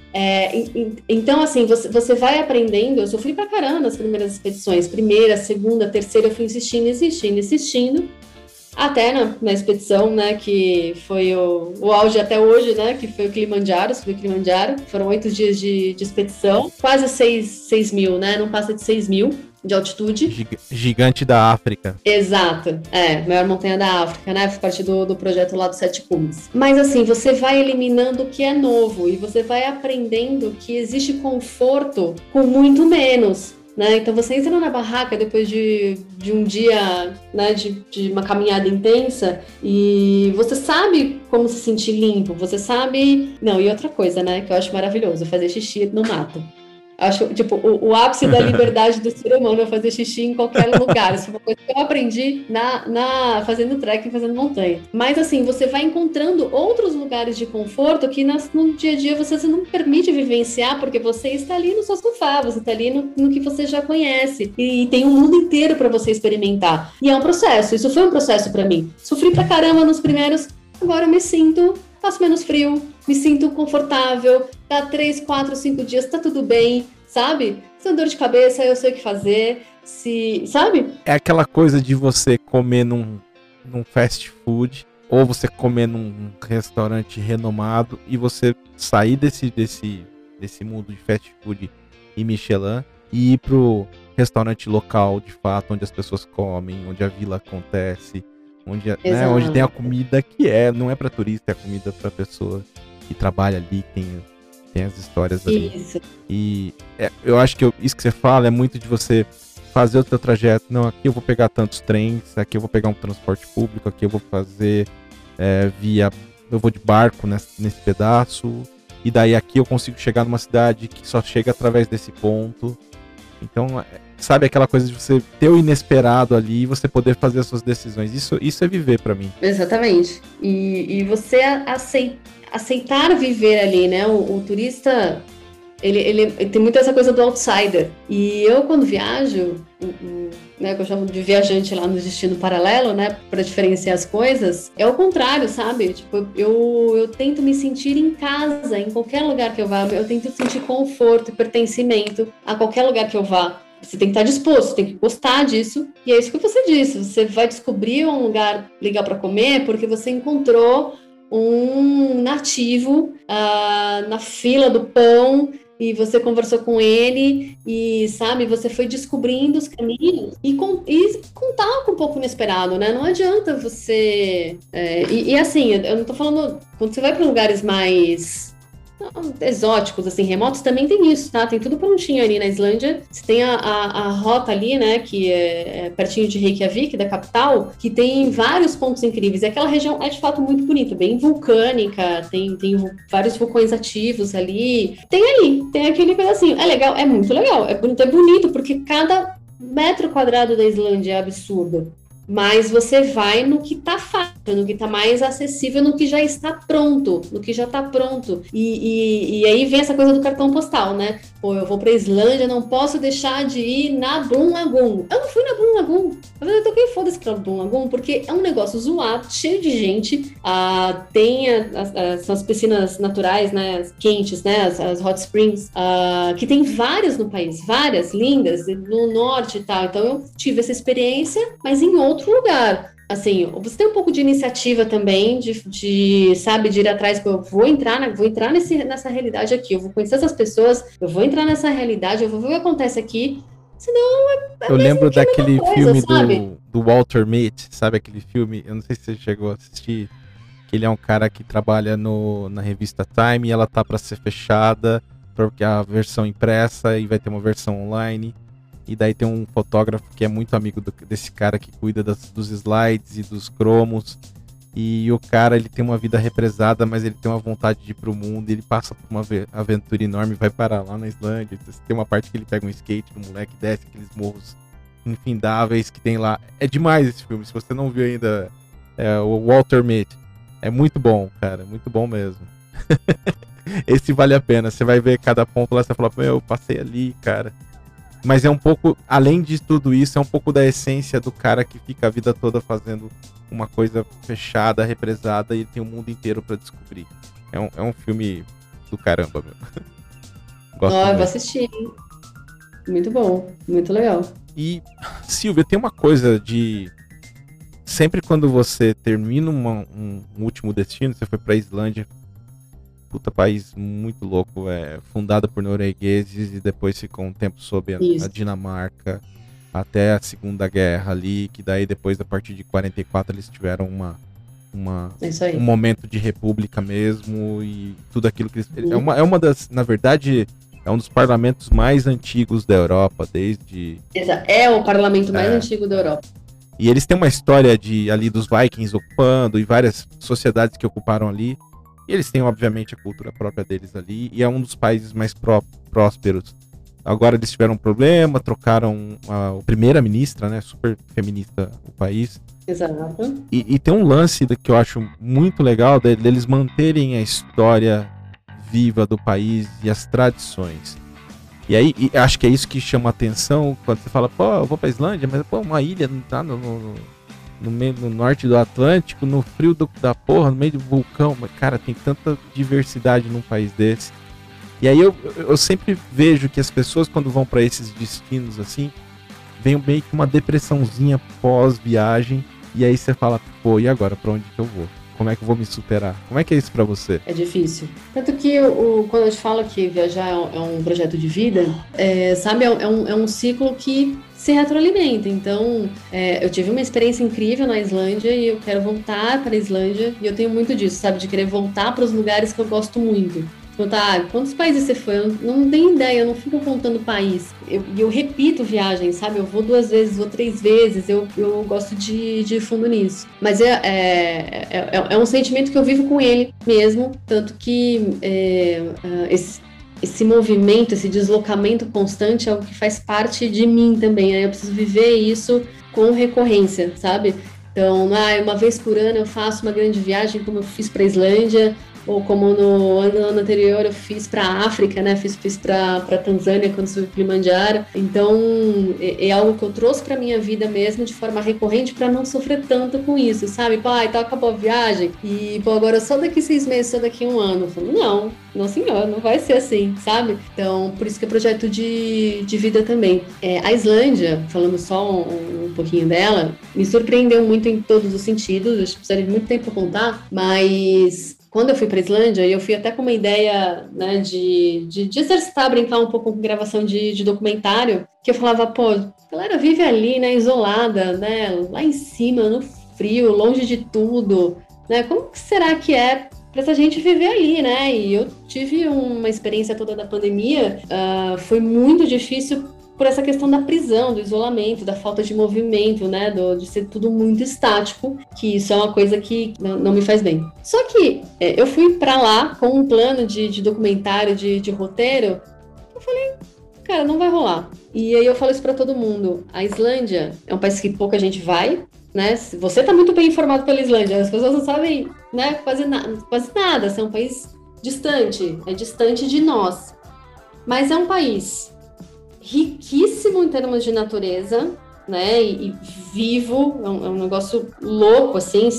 Então, assim, você vai aprendendo. Eu sofri pra caramba nas primeiras expedições. Primeira, segunda, terceira, eu fui insistindo. Até na expedição, né, que foi o auge até hoje, né, que foi o Kilimanjaro, subir o Kilimanjaro. Foram 8 dias de expedição, quase 6 mil, né, não passa de 6 mil de altitude. Gigante da África. Exato, maior montanha da África, né, faz parte do projeto lá dos 7 cumes. Mas assim, você vai eliminando o que é novo e você vai aprendendo que existe conforto com muito menos. Né? Então você entra na barraca depois de um dia, né, de uma caminhada intensa e você sabe como se sentir limpo, você sabe... Não, e outra coisa, né, que eu acho maravilhoso, fazer xixi no mato. Acho, tipo, o ápice da liberdade do ser humano é fazer xixi em qualquer lugar. Isso é uma coisa que eu aprendi fazendo trekking, fazendo montanha. Mas, assim, você vai encontrando outros lugares de conforto que no dia a dia você não permite vivenciar, porque você está ali no seu sofá, você está ali no que você já conhece. E tem um mundo inteiro para você experimentar. E é um processo. Isso foi um processo para mim. Sofri pra caramba nos primeiros, agora eu me sinto... Passo menos frio, me sinto confortável, dá 3, 4, 5 dias, tá tudo bem, sabe? Se tem dor de cabeça, eu sei o que fazer, sabe? É aquela coisa de você comer num fast food, ou você comer num restaurante renomado, e você sair desse mundo de fast food e Michelin, e ir pro restaurante local, de fato, onde as pessoas comem, onde a vila acontece, onde tem a comida que não é para turista, é a comida para pessoa que trabalha ali, tem as histórias ali. Isso. E eu acho que isso que você fala é muito de você fazer o seu trajeto. Não, aqui eu vou pegar tantos trens, aqui eu vou pegar um transporte público, aqui eu vou fazer eu vou de barco nesse pedaço, e daí aqui eu consigo chegar numa cidade que só chega através desse ponto. Então, sabe aquela coisa de você ter o inesperado ali e você poder fazer as suas decisões. Isso é viver pra mim. Exatamente. E você aceitar viver ali, né? O turista, ele tem muito essa coisa do outsider. E eu, quando viajo, né, que eu chamo de viajante lá no destino paralelo, né, para diferenciar as coisas, é o contrário, sabe? Tipo, eu tento me sentir em casa, em qualquer lugar que eu vá, eu tento sentir conforto e pertencimento a qualquer lugar que eu vá. Você tem que estar disposto, tem que gostar disso. E é isso que você disse, você vai descobrir um lugar legal para comer porque você encontrou um nativo na fila do pão e você conversou com ele e, sabe, você foi descobrindo os caminhos e contar com um pouco inesperado, né? Não adianta você... assim, eu não tô falando... Quando você vai para lugares mais... exóticos, assim, remotos, também tem isso, tá? Tem tudo prontinho ali na Islândia. Você tem a rota ali, né, que é pertinho de Reykjavik, da capital, que tem vários pontos incríveis. E aquela região é, de fato, muito bonita, bem vulcânica, tem vários vulcões ativos ali. Tem aquele pedacinho. É legal, é muito legal, é bonito, porque cada metro quadrado da Islândia é absurdo. Mas você vai no que tá fácil, no que tá mais acessível, no que já está pronto, no que já tá pronto. E aí vem essa coisa do cartão postal, né? Pô, eu vou pra Islândia, não posso deixar de ir na Blue Lagoon. Eu não fui na Blue Lagoon. Eu toquei foda-se pra Blue Lagoon, porque é um negócio zoado, cheio de gente. São as piscinas naturais, né? As quentes, né? As hot springs, que tem várias no país, várias, lindas, no norte e tal. Então eu tive essa experiência, mas em outro lugar. Assim, você tem um pouco de iniciativa também, sabe, de ir atrás, eu vou entrar nessa realidade aqui, eu vou conhecer essas pessoas, eu vou entrar nessa realidade, eu vou ver o que acontece aqui, senão eu lembro daquele coisa, filme do Walter Mitty, sabe aquele filme, eu não sei se você chegou a assistir, que ele é um cara que trabalha na revista Time e ela tá para ser fechada, porque a versão impressa e vai ter uma versão online. E daí tem um fotógrafo que é muito amigo desse cara que cuida dos slides e dos cromos. E o cara, ele tem uma vida represada, mas ele tem uma vontade de ir pro mundo. E ele passa por uma aventura enorme e vai parar lá na Islândia. Tem uma parte que ele pega um skate do moleque, desce aqueles morros infindáveis que tem lá. É demais esse filme. Se você não viu ainda, o Walter Mitty. É muito bom, cara. Muito bom mesmo. Esse vale a pena. Você vai ver cada ponto lá, você fala, eu passei ali, cara. Mas é um pouco, além de tudo isso, é um pouco da essência do cara que fica a vida toda fazendo uma coisa fechada, represada, e tem o mundo inteiro pra descobrir. É um filme do caramba, meu. Gosto Eu vou muito. assistir. Muito bom, muito legal. E, Silvia, tem uma coisa de... Sempre quando você termina um último destino, você foi pra Islândia, puta, país muito louco, fundado por noruegueses e depois ficou um tempo sob a Isso, Dinamarca, até a Segunda Guerra ali, que daí depois, a partir de 44, eles tiveram é isso um aí. momento de república mesmo, e tudo aquilo que eles... É uma das, na verdade, é um dos parlamentos mais antigos da Europa, desde... É o parlamento mais É. antigo da Europa. E eles têm uma história ali dos Vikings ocupando e várias sociedades que ocuparam ali. E eles têm, obviamente, a cultura própria deles ali. E é um dos países mais prósperos. Agora eles tiveram um problema, trocaram a primeira-ministra, né? Super feminista o país. Exato. E tem um lance que eu acho muito legal deles manterem a história viva do país e as tradições. E aí, acho que é isso que chama a atenção quando você fala, pô, eu vou pra Islândia, mas pô, uma ilha tá no meio, no norte do Atlântico, no frio da porra, no meio do vulcão. Mas, cara, tem tanta diversidade num país desse. E aí eu sempre vejo que as pessoas, quando vão pra esses destinos assim, vem meio que uma depressãozinha pós-viagem. E aí você fala, pô, e agora? Pra onde que eu vou? Como é que eu vou me superar? Como é que é isso pra você? É difícil. Tanto que quando eu te falo que viajar é um projeto de vida, sabe, é um ciclo que se retroalimenta. Então, eu tive uma experiência incrível na Islândia e eu quero voltar para a Islândia. E eu tenho muito disso, sabe, de querer voltar para os lugares que eu gosto muito. Perguntar, quantos países você foi? Eu não tenho ideia, eu não fico contando país. Eu repito viagens, sabe? Eu vou 2 vezes, vou 3 vezes, eu gosto de ir fundo nisso. Mas é um sentimento que eu vivo com ele mesmo, tanto que esse movimento, esse deslocamento constante é o que faz parte de mim também. Aí eu preciso viver isso com recorrência, sabe? Então, uma vez por ano eu faço uma grande viagem, como eu fiz para a Islândia, ou como no ano anterior eu fiz para a África, né? Fiz para Tanzânia quando subi o Kilimanjaro. Então é algo que eu trouxe para minha vida mesmo de forma recorrente para não sofrer tanto com isso, sabe? Pai, então acabou a viagem e pô, agora só daqui 6 meses, só daqui 1 ano. Eu falo, não senhor, não vai ser assim, sabe? Então por isso que é projeto de vida também. A Islândia, falando só um pouquinho dela, me surpreendeu muito em todos os sentidos. Acho que precisaria de muito tempo para contar, mas quando eu fui para a Islândia, eu fui até com uma ideia, né, de exercitar, brincar um pouco com gravação de documentário, que eu falava, pô, a galera vive ali, né, isolada, né, lá em cima, no frio, longe de tudo, né, como será que é para essa gente viver ali, né? E eu tive uma experiência toda da pandemia, foi muito difícil por essa questão da prisão, do isolamento, da falta de movimento, né, de ser tudo muito estático, que isso é uma coisa que não me faz bem. Só que eu fui para lá com um plano de documentário, de roteiro, eu falei, cara, não vai rolar. E aí eu falo isso para todo mundo, a Islândia é um país que pouca gente vai, né? Você tá muito bem informado pela Islândia, as pessoas não sabem, né, quase nada, assim, é um país distante, é distante de nós, mas é um país riquíssimo em termos de natureza, né, e vivo, é um negócio louco, assim,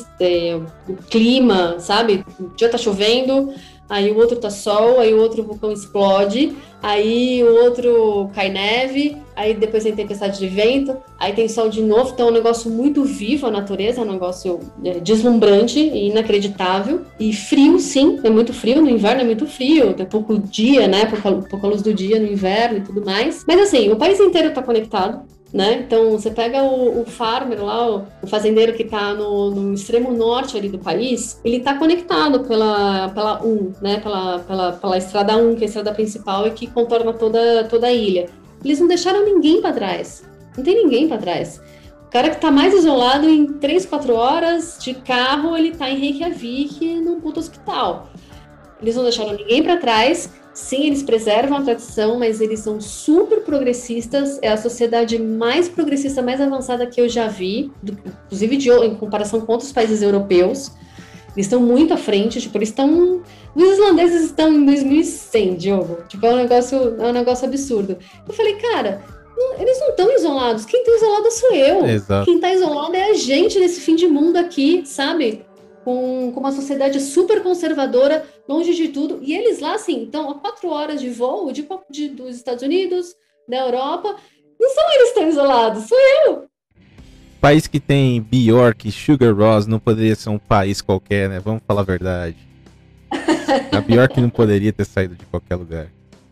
o clima, sabe, um dia tá chovendo, aí o outro tá sol, aí o outro vulcão explode, aí o outro cai neve, aí depois tem tempestade de vento, aí tem sol de novo, então é um negócio muito vivo, a natureza é um negócio deslumbrante e inacreditável, e frio sim, é muito frio, no inverno é muito frio, tem pouco dia, né, pouca luz do dia no inverno e tudo mais, mas assim, o país inteiro tá conectado, né? Então você pega o farmer lá, o fazendeiro que está no extremo norte ali do país, ele está conectado pela 1, né? Pela estrada 1, que é a estrada principal e que contorna toda a ilha. Eles não deixaram ninguém para trás. Não tem ninguém para trás. O cara que está mais isolado, em 3, 4 horas de carro, ele está em Reykjavik, num puto hospital. Eles não deixaram ninguém para trás. Sim, eles preservam a tradição, mas eles são super progressistas. É a sociedade mais progressista, mais avançada que eu já vi, inclusive em comparação com outros países europeus. Eles estão muito à frente, tipo, eles estão... Os islandeses estão em 2100, Diogo. Tipo, é um negócio absurdo. Eu falei, cara, eles não estão isolados. Quem está isolado sou eu. Exato. Quem está isolado é a gente nesse fim de mundo aqui, sabe? com uma sociedade super conservadora, longe de tudo. E eles lá, assim, estão a 4 horas de voo dos Estados Unidos, da Europa. Não são eles tão isolados, sou eu. País que tem Bjork e Sugar Ross não poderia ser um país qualquer, né? Vamos falar a verdade. A Bjork não poderia ter saído de qualquer lugar.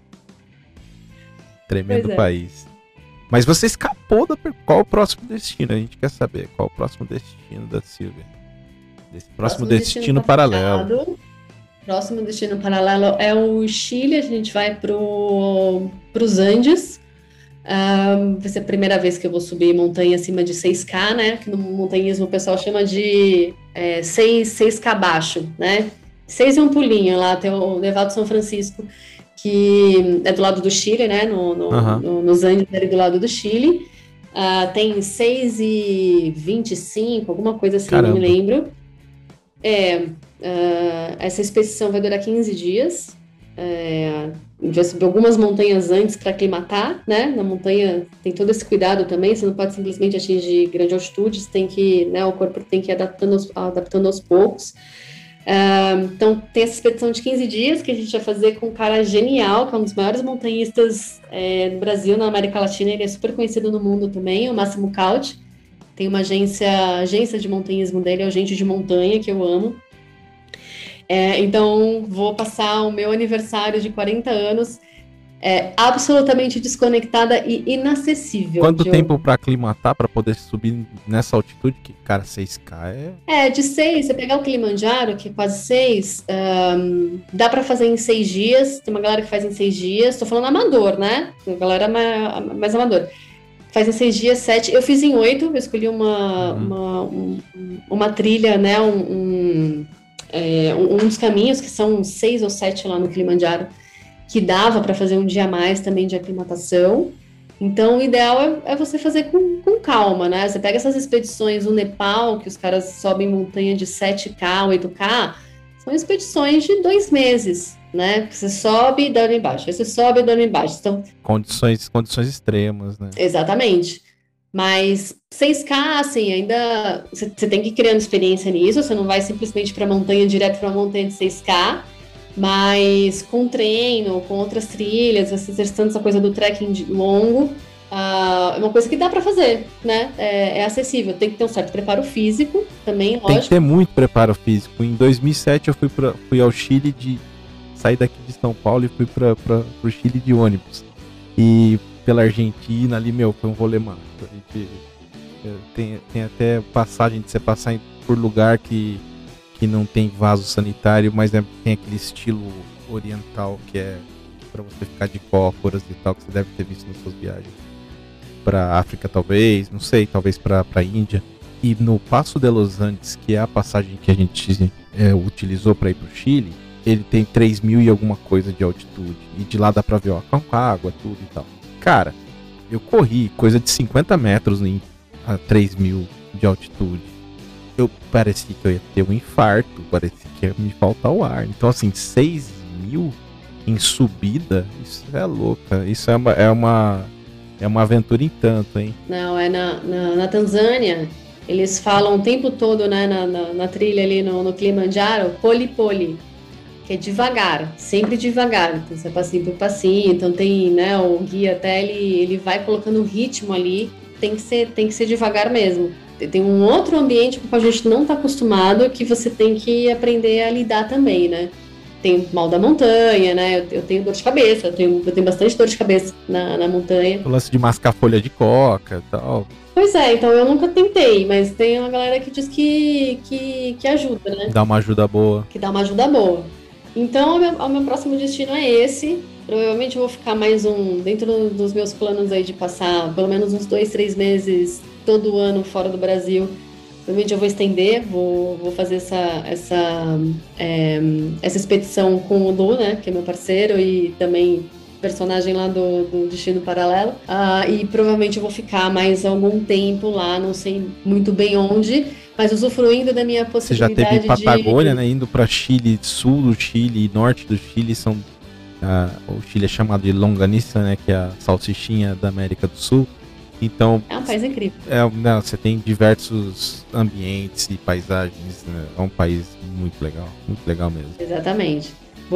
Tremendo país. Mas você escapou da... Qual o próximo destino? A gente quer saber. Qual o próximo destino da Silvia? Próximo destino paralelo. Próximo destino paralelo é o Chile. A gente vai para os Andes. Vai ser a primeira vez que eu vou subir montanha acima de 6K, né? Que no montanhismo o pessoal chama de 6K abaixo, né? 6 é um pulinho lá, tem o Nevado de São Francisco, que é do lado do Chile, né? Nos Andes, ali do lado do Chile. Tem 6,25, alguma coisa assim, Caramba. não me lembro. Essa expedição vai durar 15 dias. A gente vai subir algumas montanhas antes para aclimatar, né? Na montanha tem todo esse cuidado também, você não pode simplesmente atingir grande altitude, você tem que, né, o corpo tem que ir adaptando aos poucos. Então tem essa expedição de 15 dias que a gente vai fazer com um cara genial, que é um dos maiores montanhistas no Brasil, na América Latina, ele é super conhecido no mundo também, o Máximo Cauti. Tem uma agência de montanhismo dele, é o Gente de Montanha, que eu amo. Então, vou passar o meu aniversário de 40 anos absolutamente desconectada e inacessível. Quanto tempo para aclimatar, para poder subir nessa altitude? Que, cara, 6K de 6, você pegar o Kilimanjaro, que é quase 6, dá para fazer em 6 dias. Tem uma galera que faz em 6 dias. Estou falando amador, né? A galera mais amador. Faz em 6 dias, 7. Eu fiz em 8, eu escolhi uma trilha, né? Um dos caminhos, que são 6 ou 7 lá no Kilimanjaro, que dava para fazer um dia a mais também de aclimatação. Então, o ideal é você fazer com calma, né? Você pega essas expedições no Nepal, que os caras sobem montanha de 7K, 8K, são expedições de 2 meses, né? Você sobe e dorme embaixo, aí você sobe e dorme embaixo. Então, condições extremas, né? Exatamente. Mas 6K, assim, ainda você tem que ir criando experiência nisso, você não vai simplesmente para a montanha, direto para uma montanha de 6K, mas com treino, com outras trilhas, você exercitando essa coisa do trekking longo, é uma coisa que dá para fazer, né? É acessível, tem que ter um certo preparo físico também, lógico. Tem que ter muito preparo físico. Em 2007 eu fui ao Chile, saí daqui de São Paulo e fui para o Chile de ônibus. E pela Argentina ali, foi um rolê, mano. A gente tem até passagem de você passar por lugar que não tem vaso sanitário, mas tem aquele estilo oriental que é pra você ficar de cócoras e tal, que você deve ter visto nas suas viagens. Pra África talvez, não sei, talvez pra Índia. E no Passo de los Andes, que é a passagem que a gente utilizou pra ir pro Chile, ele tem 3.000 e alguma coisa de altitude. E de lá dá pra ver, com água, tudo e tal. Cara, eu corri coisa de 50 metros a 3.000 de altitude. Parecia que eu ia ter um infarto, parecia que ia me faltar o ar. Então, assim, 6.000 em subida, isso é louca. Isso é uma aventura em tanto, hein? Não, na Tanzânia, eles falam o tempo todo, né, na trilha ali no Kilimanjaro, poli, que é devagar, sempre devagar. Então, você é passinho por passinho, então tem, né, o guia até ele vai colocando o ritmo ali, tem que ser devagar mesmo. Tem um outro ambiente com o qual a gente não está acostumado, que você tem que aprender a lidar também, né? Tem mal da montanha, né? Eu tenho dor de cabeça, eu tenho bastante dor de cabeça na montanha. O lance de mascar folha de coca e tal. Pois é, então eu nunca tentei, mas tem uma galera que diz que ajuda, né? Dá uma ajuda boa. Que dá uma ajuda boa. Então, o meu próximo destino é esse. Provavelmente eu vou ficar dentro dos meus planos aí de passar pelo menos uns 2, 3 meses todo ano fora do Brasil. Provavelmente eu vou estender, vou fazer essa expedição com o Lu, né, que é meu parceiro e também personagem lá do Destino Paralelo. E provavelmente eu vou ficar mais algum tempo lá, não sei muito bem onde, mas usufruindo da minha possibilidade de... Você já teve Patagônia, né, indo para Chile, sul do Chile e norte do Chile, o Chile é chamado de longaniça, né, que é a salsichinha da América do Sul. Então, É um país incrível. não, você tem diversos ambientes e paisagens, né? É um país muito legal mesmo. Exatamente.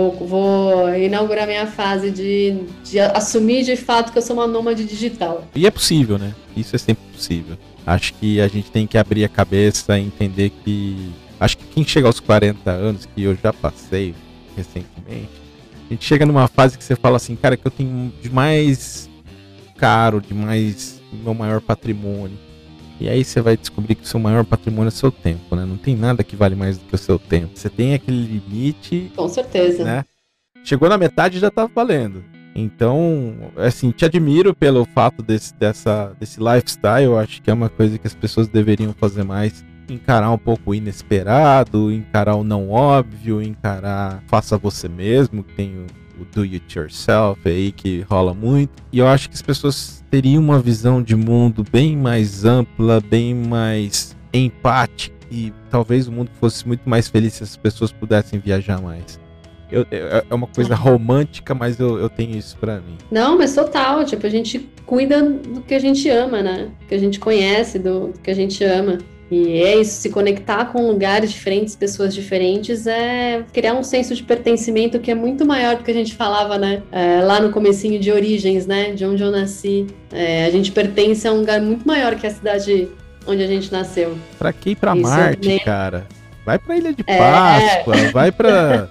Vou inaugurar minha fase de assumir de fato que eu sou uma nômade digital. E é possível, né? Isso é sempre possível. Acho que a gente tem que abrir a cabeça e entender que... Acho que quem chega aos 40 anos, que eu já passei recentemente, a gente chega numa fase que você fala assim, cara, que eu tenho de mais caro, de mais meu maior patrimônio. E aí você vai descobrir que o seu maior patrimônio é seu tempo, né? Não tem nada que vale mais do que o seu tempo. Você tem aquele limite... Com certeza. Né? Chegou na metade e já tá valendo. Então, assim, te admiro pelo fato desse lifestyle. Eu acho que é uma coisa que as pessoas deveriam fazer mais. Encarar um pouco o inesperado, encarar o não óbvio, encarar faça você mesmo, que tem o do it yourself aí que rola muito. E eu acho que as pessoas teriam uma visão de mundo bem mais ampla, bem mais empática, e talvez o mundo fosse muito mais feliz se as pessoas pudessem viajar mais. É uma coisa romântica, mas eu tenho isso pra mim. Não, mas total, tipo, a gente cuida do que a gente ama, né? Do que a gente conhece, do que a gente ama. E é isso, se conectar com lugares diferentes, pessoas diferentes, é criar um senso de pertencimento que é muito maior do que a gente falava, né? Lá no comecinho de origens, né? De onde eu nasci. A gente pertence a um lugar muito maior que a cidade onde a gente nasceu. Pra que ir pra Marte, cara? Vai pra Ilha de Páscoa, vai pra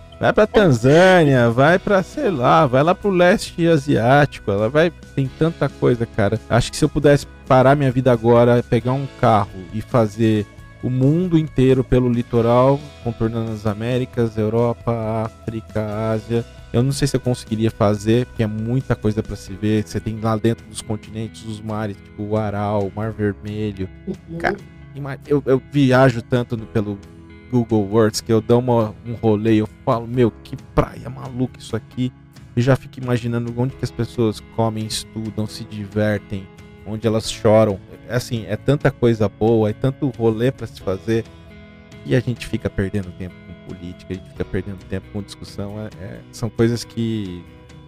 Tanzânia, vai pra, sei lá, vai lá pro leste asiático, tem tanta coisa, cara. Acho que se eu pudesse parar minha vida agora, pegar um carro e fazer o mundo inteiro pelo litoral, contornando as Américas, Europa, África, Ásia, eu não sei se eu conseguiria fazer, porque é muita coisa pra se ver. Você tem lá dentro dos continentes, os mares, tipo o Aral, o Mar Vermelho. Cara, eu viajo tanto pelo Google Earth que eu dou um rolê e eu falo, meu, que praia maluca isso aqui. E já fico imaginando onde que as pessoas comem, estudam, se divertem, onde elas choram. Assim, é tanta coisa boa, é tanto rolê pra se fazer, e a gente fica perdendo tempo com política, a gente fica perdendo tempo com discussão. São coisas que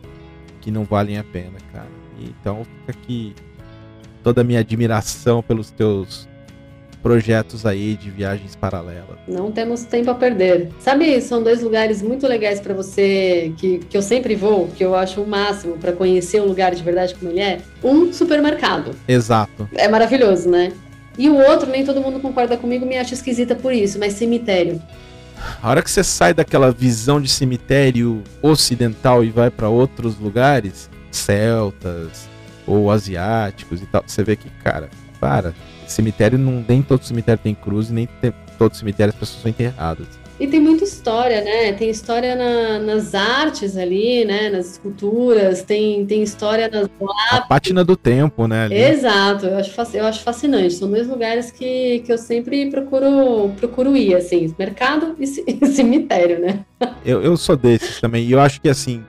não valem a pena, cara. Então fica aqui toda a minha admiração pelos teus projetos aí de viagens paralelas. Não temos tempo a perder. Sabe, são 2 lugares muito legais para você, que eu sempre vou, que eu acho o máximo para conhecer o lugar de verdade como ele é. Um, supermercado. Exato. É maravilhoso, né? E o outro, nem todo mundo concorda comigo, me acha esquisita por isso, mas cemitério. A hora que você sai daquela visão de cemitério ocidental e vai para outros lugares, celtas ou asiáticos e tal, você vê que, cara, cemitério, nem todo cemitério tem cruz, nem todo cemitério as pessoas são enterradas. E tem muita história, né? Tem história nas artes ali, né? Nas esculturas, tem história nas lápides. A pátina do tempo, né? Ali. Exato, eu acho fascinante. São 2 lugares que eu sempre procuro ir, assim, mercado e cemitério, né? Eu sou desses também. E eu acho que, assim,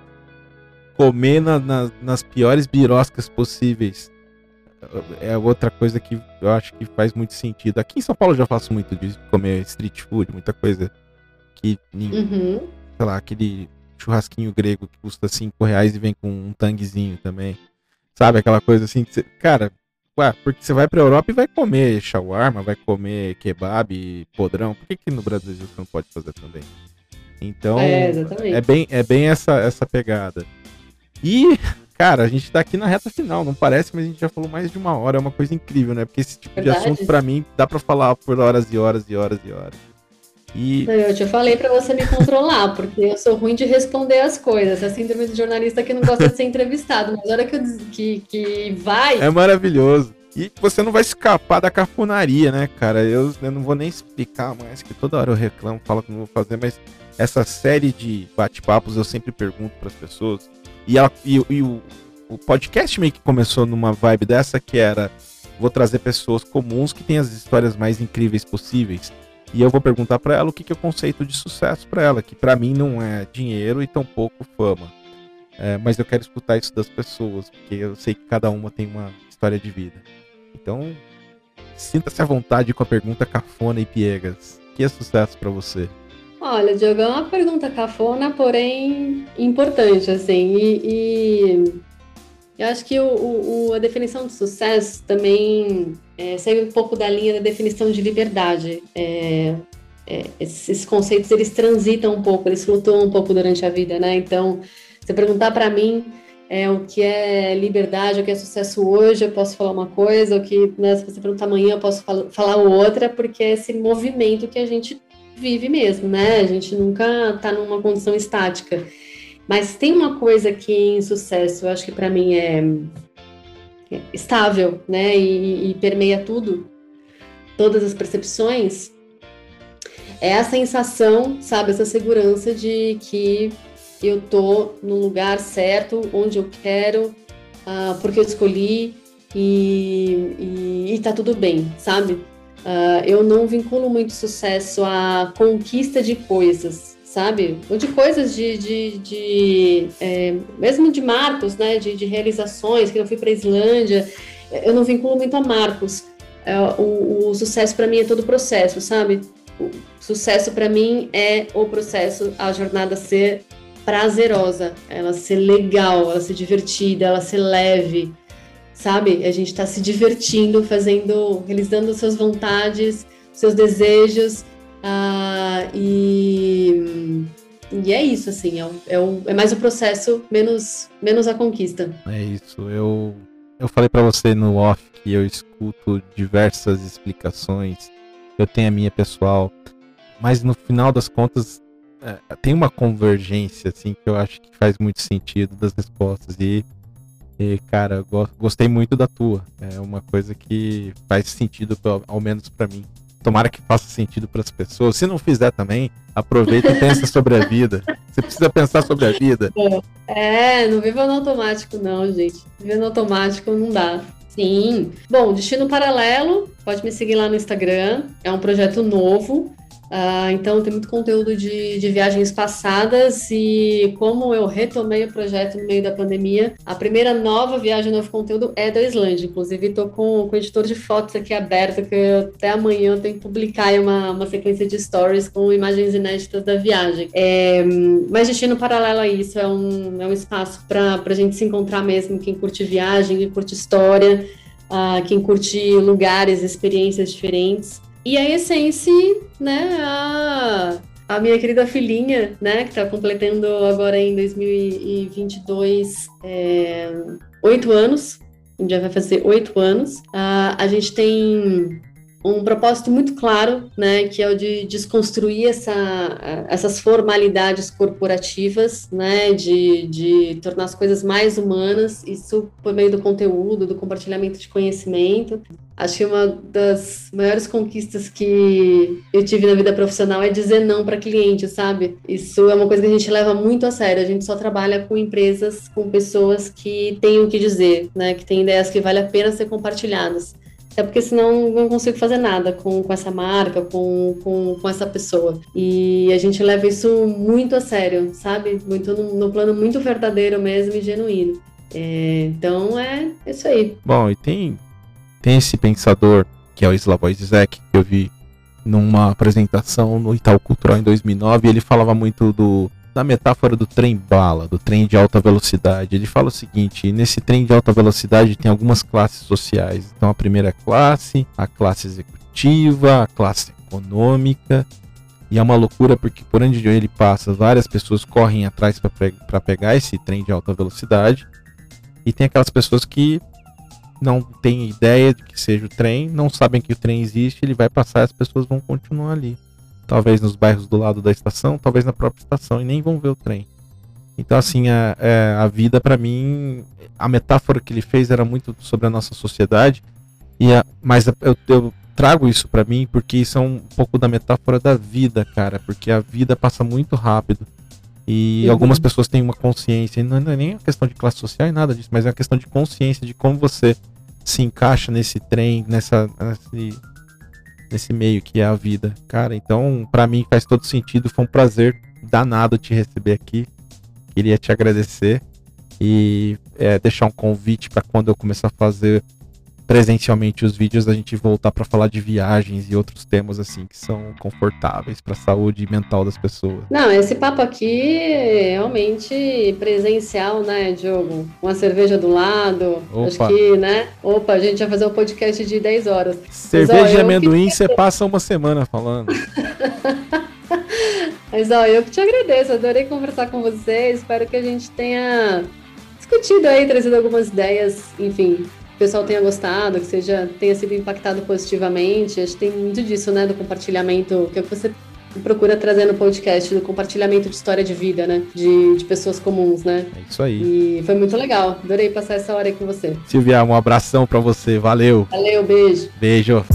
comer nas piores biroscas possíveis é outra coisa que eu acho que faz muito sentido. Aqui em São Paulo eu já faço muito disso, comer street food, muita coisa que, sei lá, aquele churrasquinho grego que custa R$5 e vem com um tanguezinho também. Sabe, aquela coisa assim, que cara, porque você vai pra Europa e vai comer shawarma, vai comer kebab, podrão, por que no Brasil você não pode fazer também? Então, é bem essa pegada. E... cara, a gente tá aqui na reta final, não parece, mas a gente já falou mais de 1 hora, é uma coisa incrível, né? Porque esse tipo de assunto, pra mim, dá pra falar por horas e horas e horas e horas. Eu te falei pra você me controlar, porque eu sou ruim de responder as coisas. É a síndrome do jornalista que não gosta de ser entrevistado, mas a hora que eu que vai... É maravilhoso. E você não vai escapar da cafonaria, né, cara? Eu não vou nem explicar mais, que toda hora eu reclamo, falo que não vou fazer, mas essa série de bate-papos eu sempre pergunto pras pessoas. E o podcast meio que começou numa vibe dessa, que era: vou trazer pessoas comuns que têm as histórias mais incríveis possíveis, e eu vou perguntar pra ela o que é o conceito de sucesso pra ela, que pra mim não é dinheiro e tampouco fama. Mas eu quero escutar isso das pessoas, porque eu sei que cada uma tem uma história de vida. Então, sinta-se à vontade com a pergunta cafona e piegas. O que é sucesso pra você? Olha, Diogo, é uma pergunta cafona, porém importante, assim, e Eu acho que a definição de sucesso também segue um pouco da linha da definição de liberdade. Esses conceitos, eles transitam um pouco, eles flutuam um pouco durante a vida, né? Então, se você perguntar para mim o que é liberdade, o que é sucesso hoje, eu posso falar uma coisa, o que, né, se você perguntar amanhã, eu posso falar outra, porque é esse movimento que a gente vive mesmo, né? A gente nunca está numa condição estática. Mas tem uma coisa que em sucesso, eu acho que para mim é estável, né? E permeia tudo, todas as percepções, é a sensação, sabe, essa segurança de que eu tô no lugar certo, onde eu quero, porque eu escolhi e tá tudo bem, sabe? Eu não vinculo muito sucesso à conquista de coisas, sabe? Ou de coisas mesmo de marcos, né? De realizações, que eu fui para a Islândia, eu não vinculo muito a marcos. O sucesso para mim é todo o processo, sabe? O sucesso para mim é o processo, a jornada ser prazerosa, ela ser legal, ela ser divertida, ela ser leve, sabe? A gente está se divertindo, realizando suas vontades, seus desejos, e é isso, assim, é mais o processo, menos a conquista. É isso, eu falei pra você no off que eu escuto diversas explicações, eu tenho a minha pessoal, mas no final das contas tem uma convergência, assim, que eu acho que faz muito sentido das respostas, e cara, gostei muito da tua. É uma coisa que faz sentido, ao menos pra mim. Tomara que faça sentido pras pessoas. Se não fizer também, aproveita e pensa sobre a vida. Você precisa pensar sobre a vida. Não viva no automático não, gente. Viver no automático não dá. Sim. Bom, Destino Paralelo, pode me seguir lá no Instagram. É um projeto novo. Então tem muito conteúdo de viagens passadas, e como eu retomei o projeto no meio da pandemia, a primeira nova viagem, novo conteúdo é da Islândia. Inclusive estou com o editor de fotos aqui aberto, que até amanhã eu tenho que publicar uma sequência de stories com imagens inéditas da viagem. Mas Destino Paralelo a isso, é um espaço para a gente se encontrar mesmo, quem curte viagem, quem curte história, quem curte lugares, experiências diferentes. E a Essence, né, a minha querida filhinha, né, que está completando agora em 2022 8 anos, já vai fazer 8 anos. A gente tem um propósito muito claro, né, que é o de desconstruir essas formalidades corporativas, né, de tornar as coisas mais humanas, isso por meio do conteúdo, do compartilhamento de conhecimento. Acho que uma das maiores conquistas que eu tive na vida profissional é dizer não para cliente, sabe? Isso é uma coisa que a gente leva muito a sério. A gente só trabalha com empresas, com pessoas que têm o que dizer, né? Que têm ideias que vale a pena ser compartilhadas. Até porque senão não consigo fazer nada com essa marca, com essa pessoa. E a gente leva isso muito a sério, sabe? Muito no plano muito verdadeiro mesmo e genuíno. Então é isso aí. Bom, e tem esse pensador, que é o Slavoj Zizek, que eu vi numa apresentação no Itaú Cultural em 2009, e ele falava muito da metáfora do trem-bala, do trem de alta velocidade. Ele fala o seguinte: nesse trem de alta velocidade tem algumas classes sociais. Então a primeira classe, a classe executiva, a classe econômica, e é uma loucura porque por onde ele passa, várias pessoas correm atrás para pegar esse trem de alta velocidade, e tem aquelas pessoas que não têm ideia de que seja o trem, não sabem que o trem existe, ele vai passar e as pessoas vão continuar ali. Talvez nos bairros do lado da estação, talvez na própria estação, e nem vão ver o trem. Então, assim, a vida, para mim, a metáfora que ele fez era muito sobre a nossa sociedade, mas eu trago isso para mim porque isso é um pouco da metáfora da vida, cara, porque a vida passa muito rápido. E algumas pessoas têm uma consciência, não é nem uma questão de classe social e nada disso, mas é uma questão de consciência de como você se encaixa nesse trem, nesse meio que é a vida. Cara, então pra mim faz todo sentido, foi um prazer danado te receber aqui. Queria te agradecer e deixar um convite para quando eu começar a fazer presencialmente os vídeos, a gente voltar para falar de viagens e outros temas assim que são confortáveis para a saúde mental das pessoas. Não, esse papo aqui é realmente presencial, né, Diogo? Uma cerveja do lado. Opa. Acho que, né? Opa, a gente vai fazer um podcast de 10 horas. Cerveja de amendoim, você passa uma semana falando. Mas, ó, eu que te agradeço, adorei conversar com você, espero que a gente tenha discutido aí, trazido algumas ideias, enfim, que o pessoal tenha gostado, que tenha sido impactado positivamente. Acho que tem muito disso, né, do compartilhamento, que é o que você procura trazer no podcast, do compartilhamento de história de vida, né, de pessoas comuns, né. É isso aí. E foi muito legal, adorei passar essa hora aí com você. Silvia, um abração pra você, valeu. Valeu, beijo. Beijo.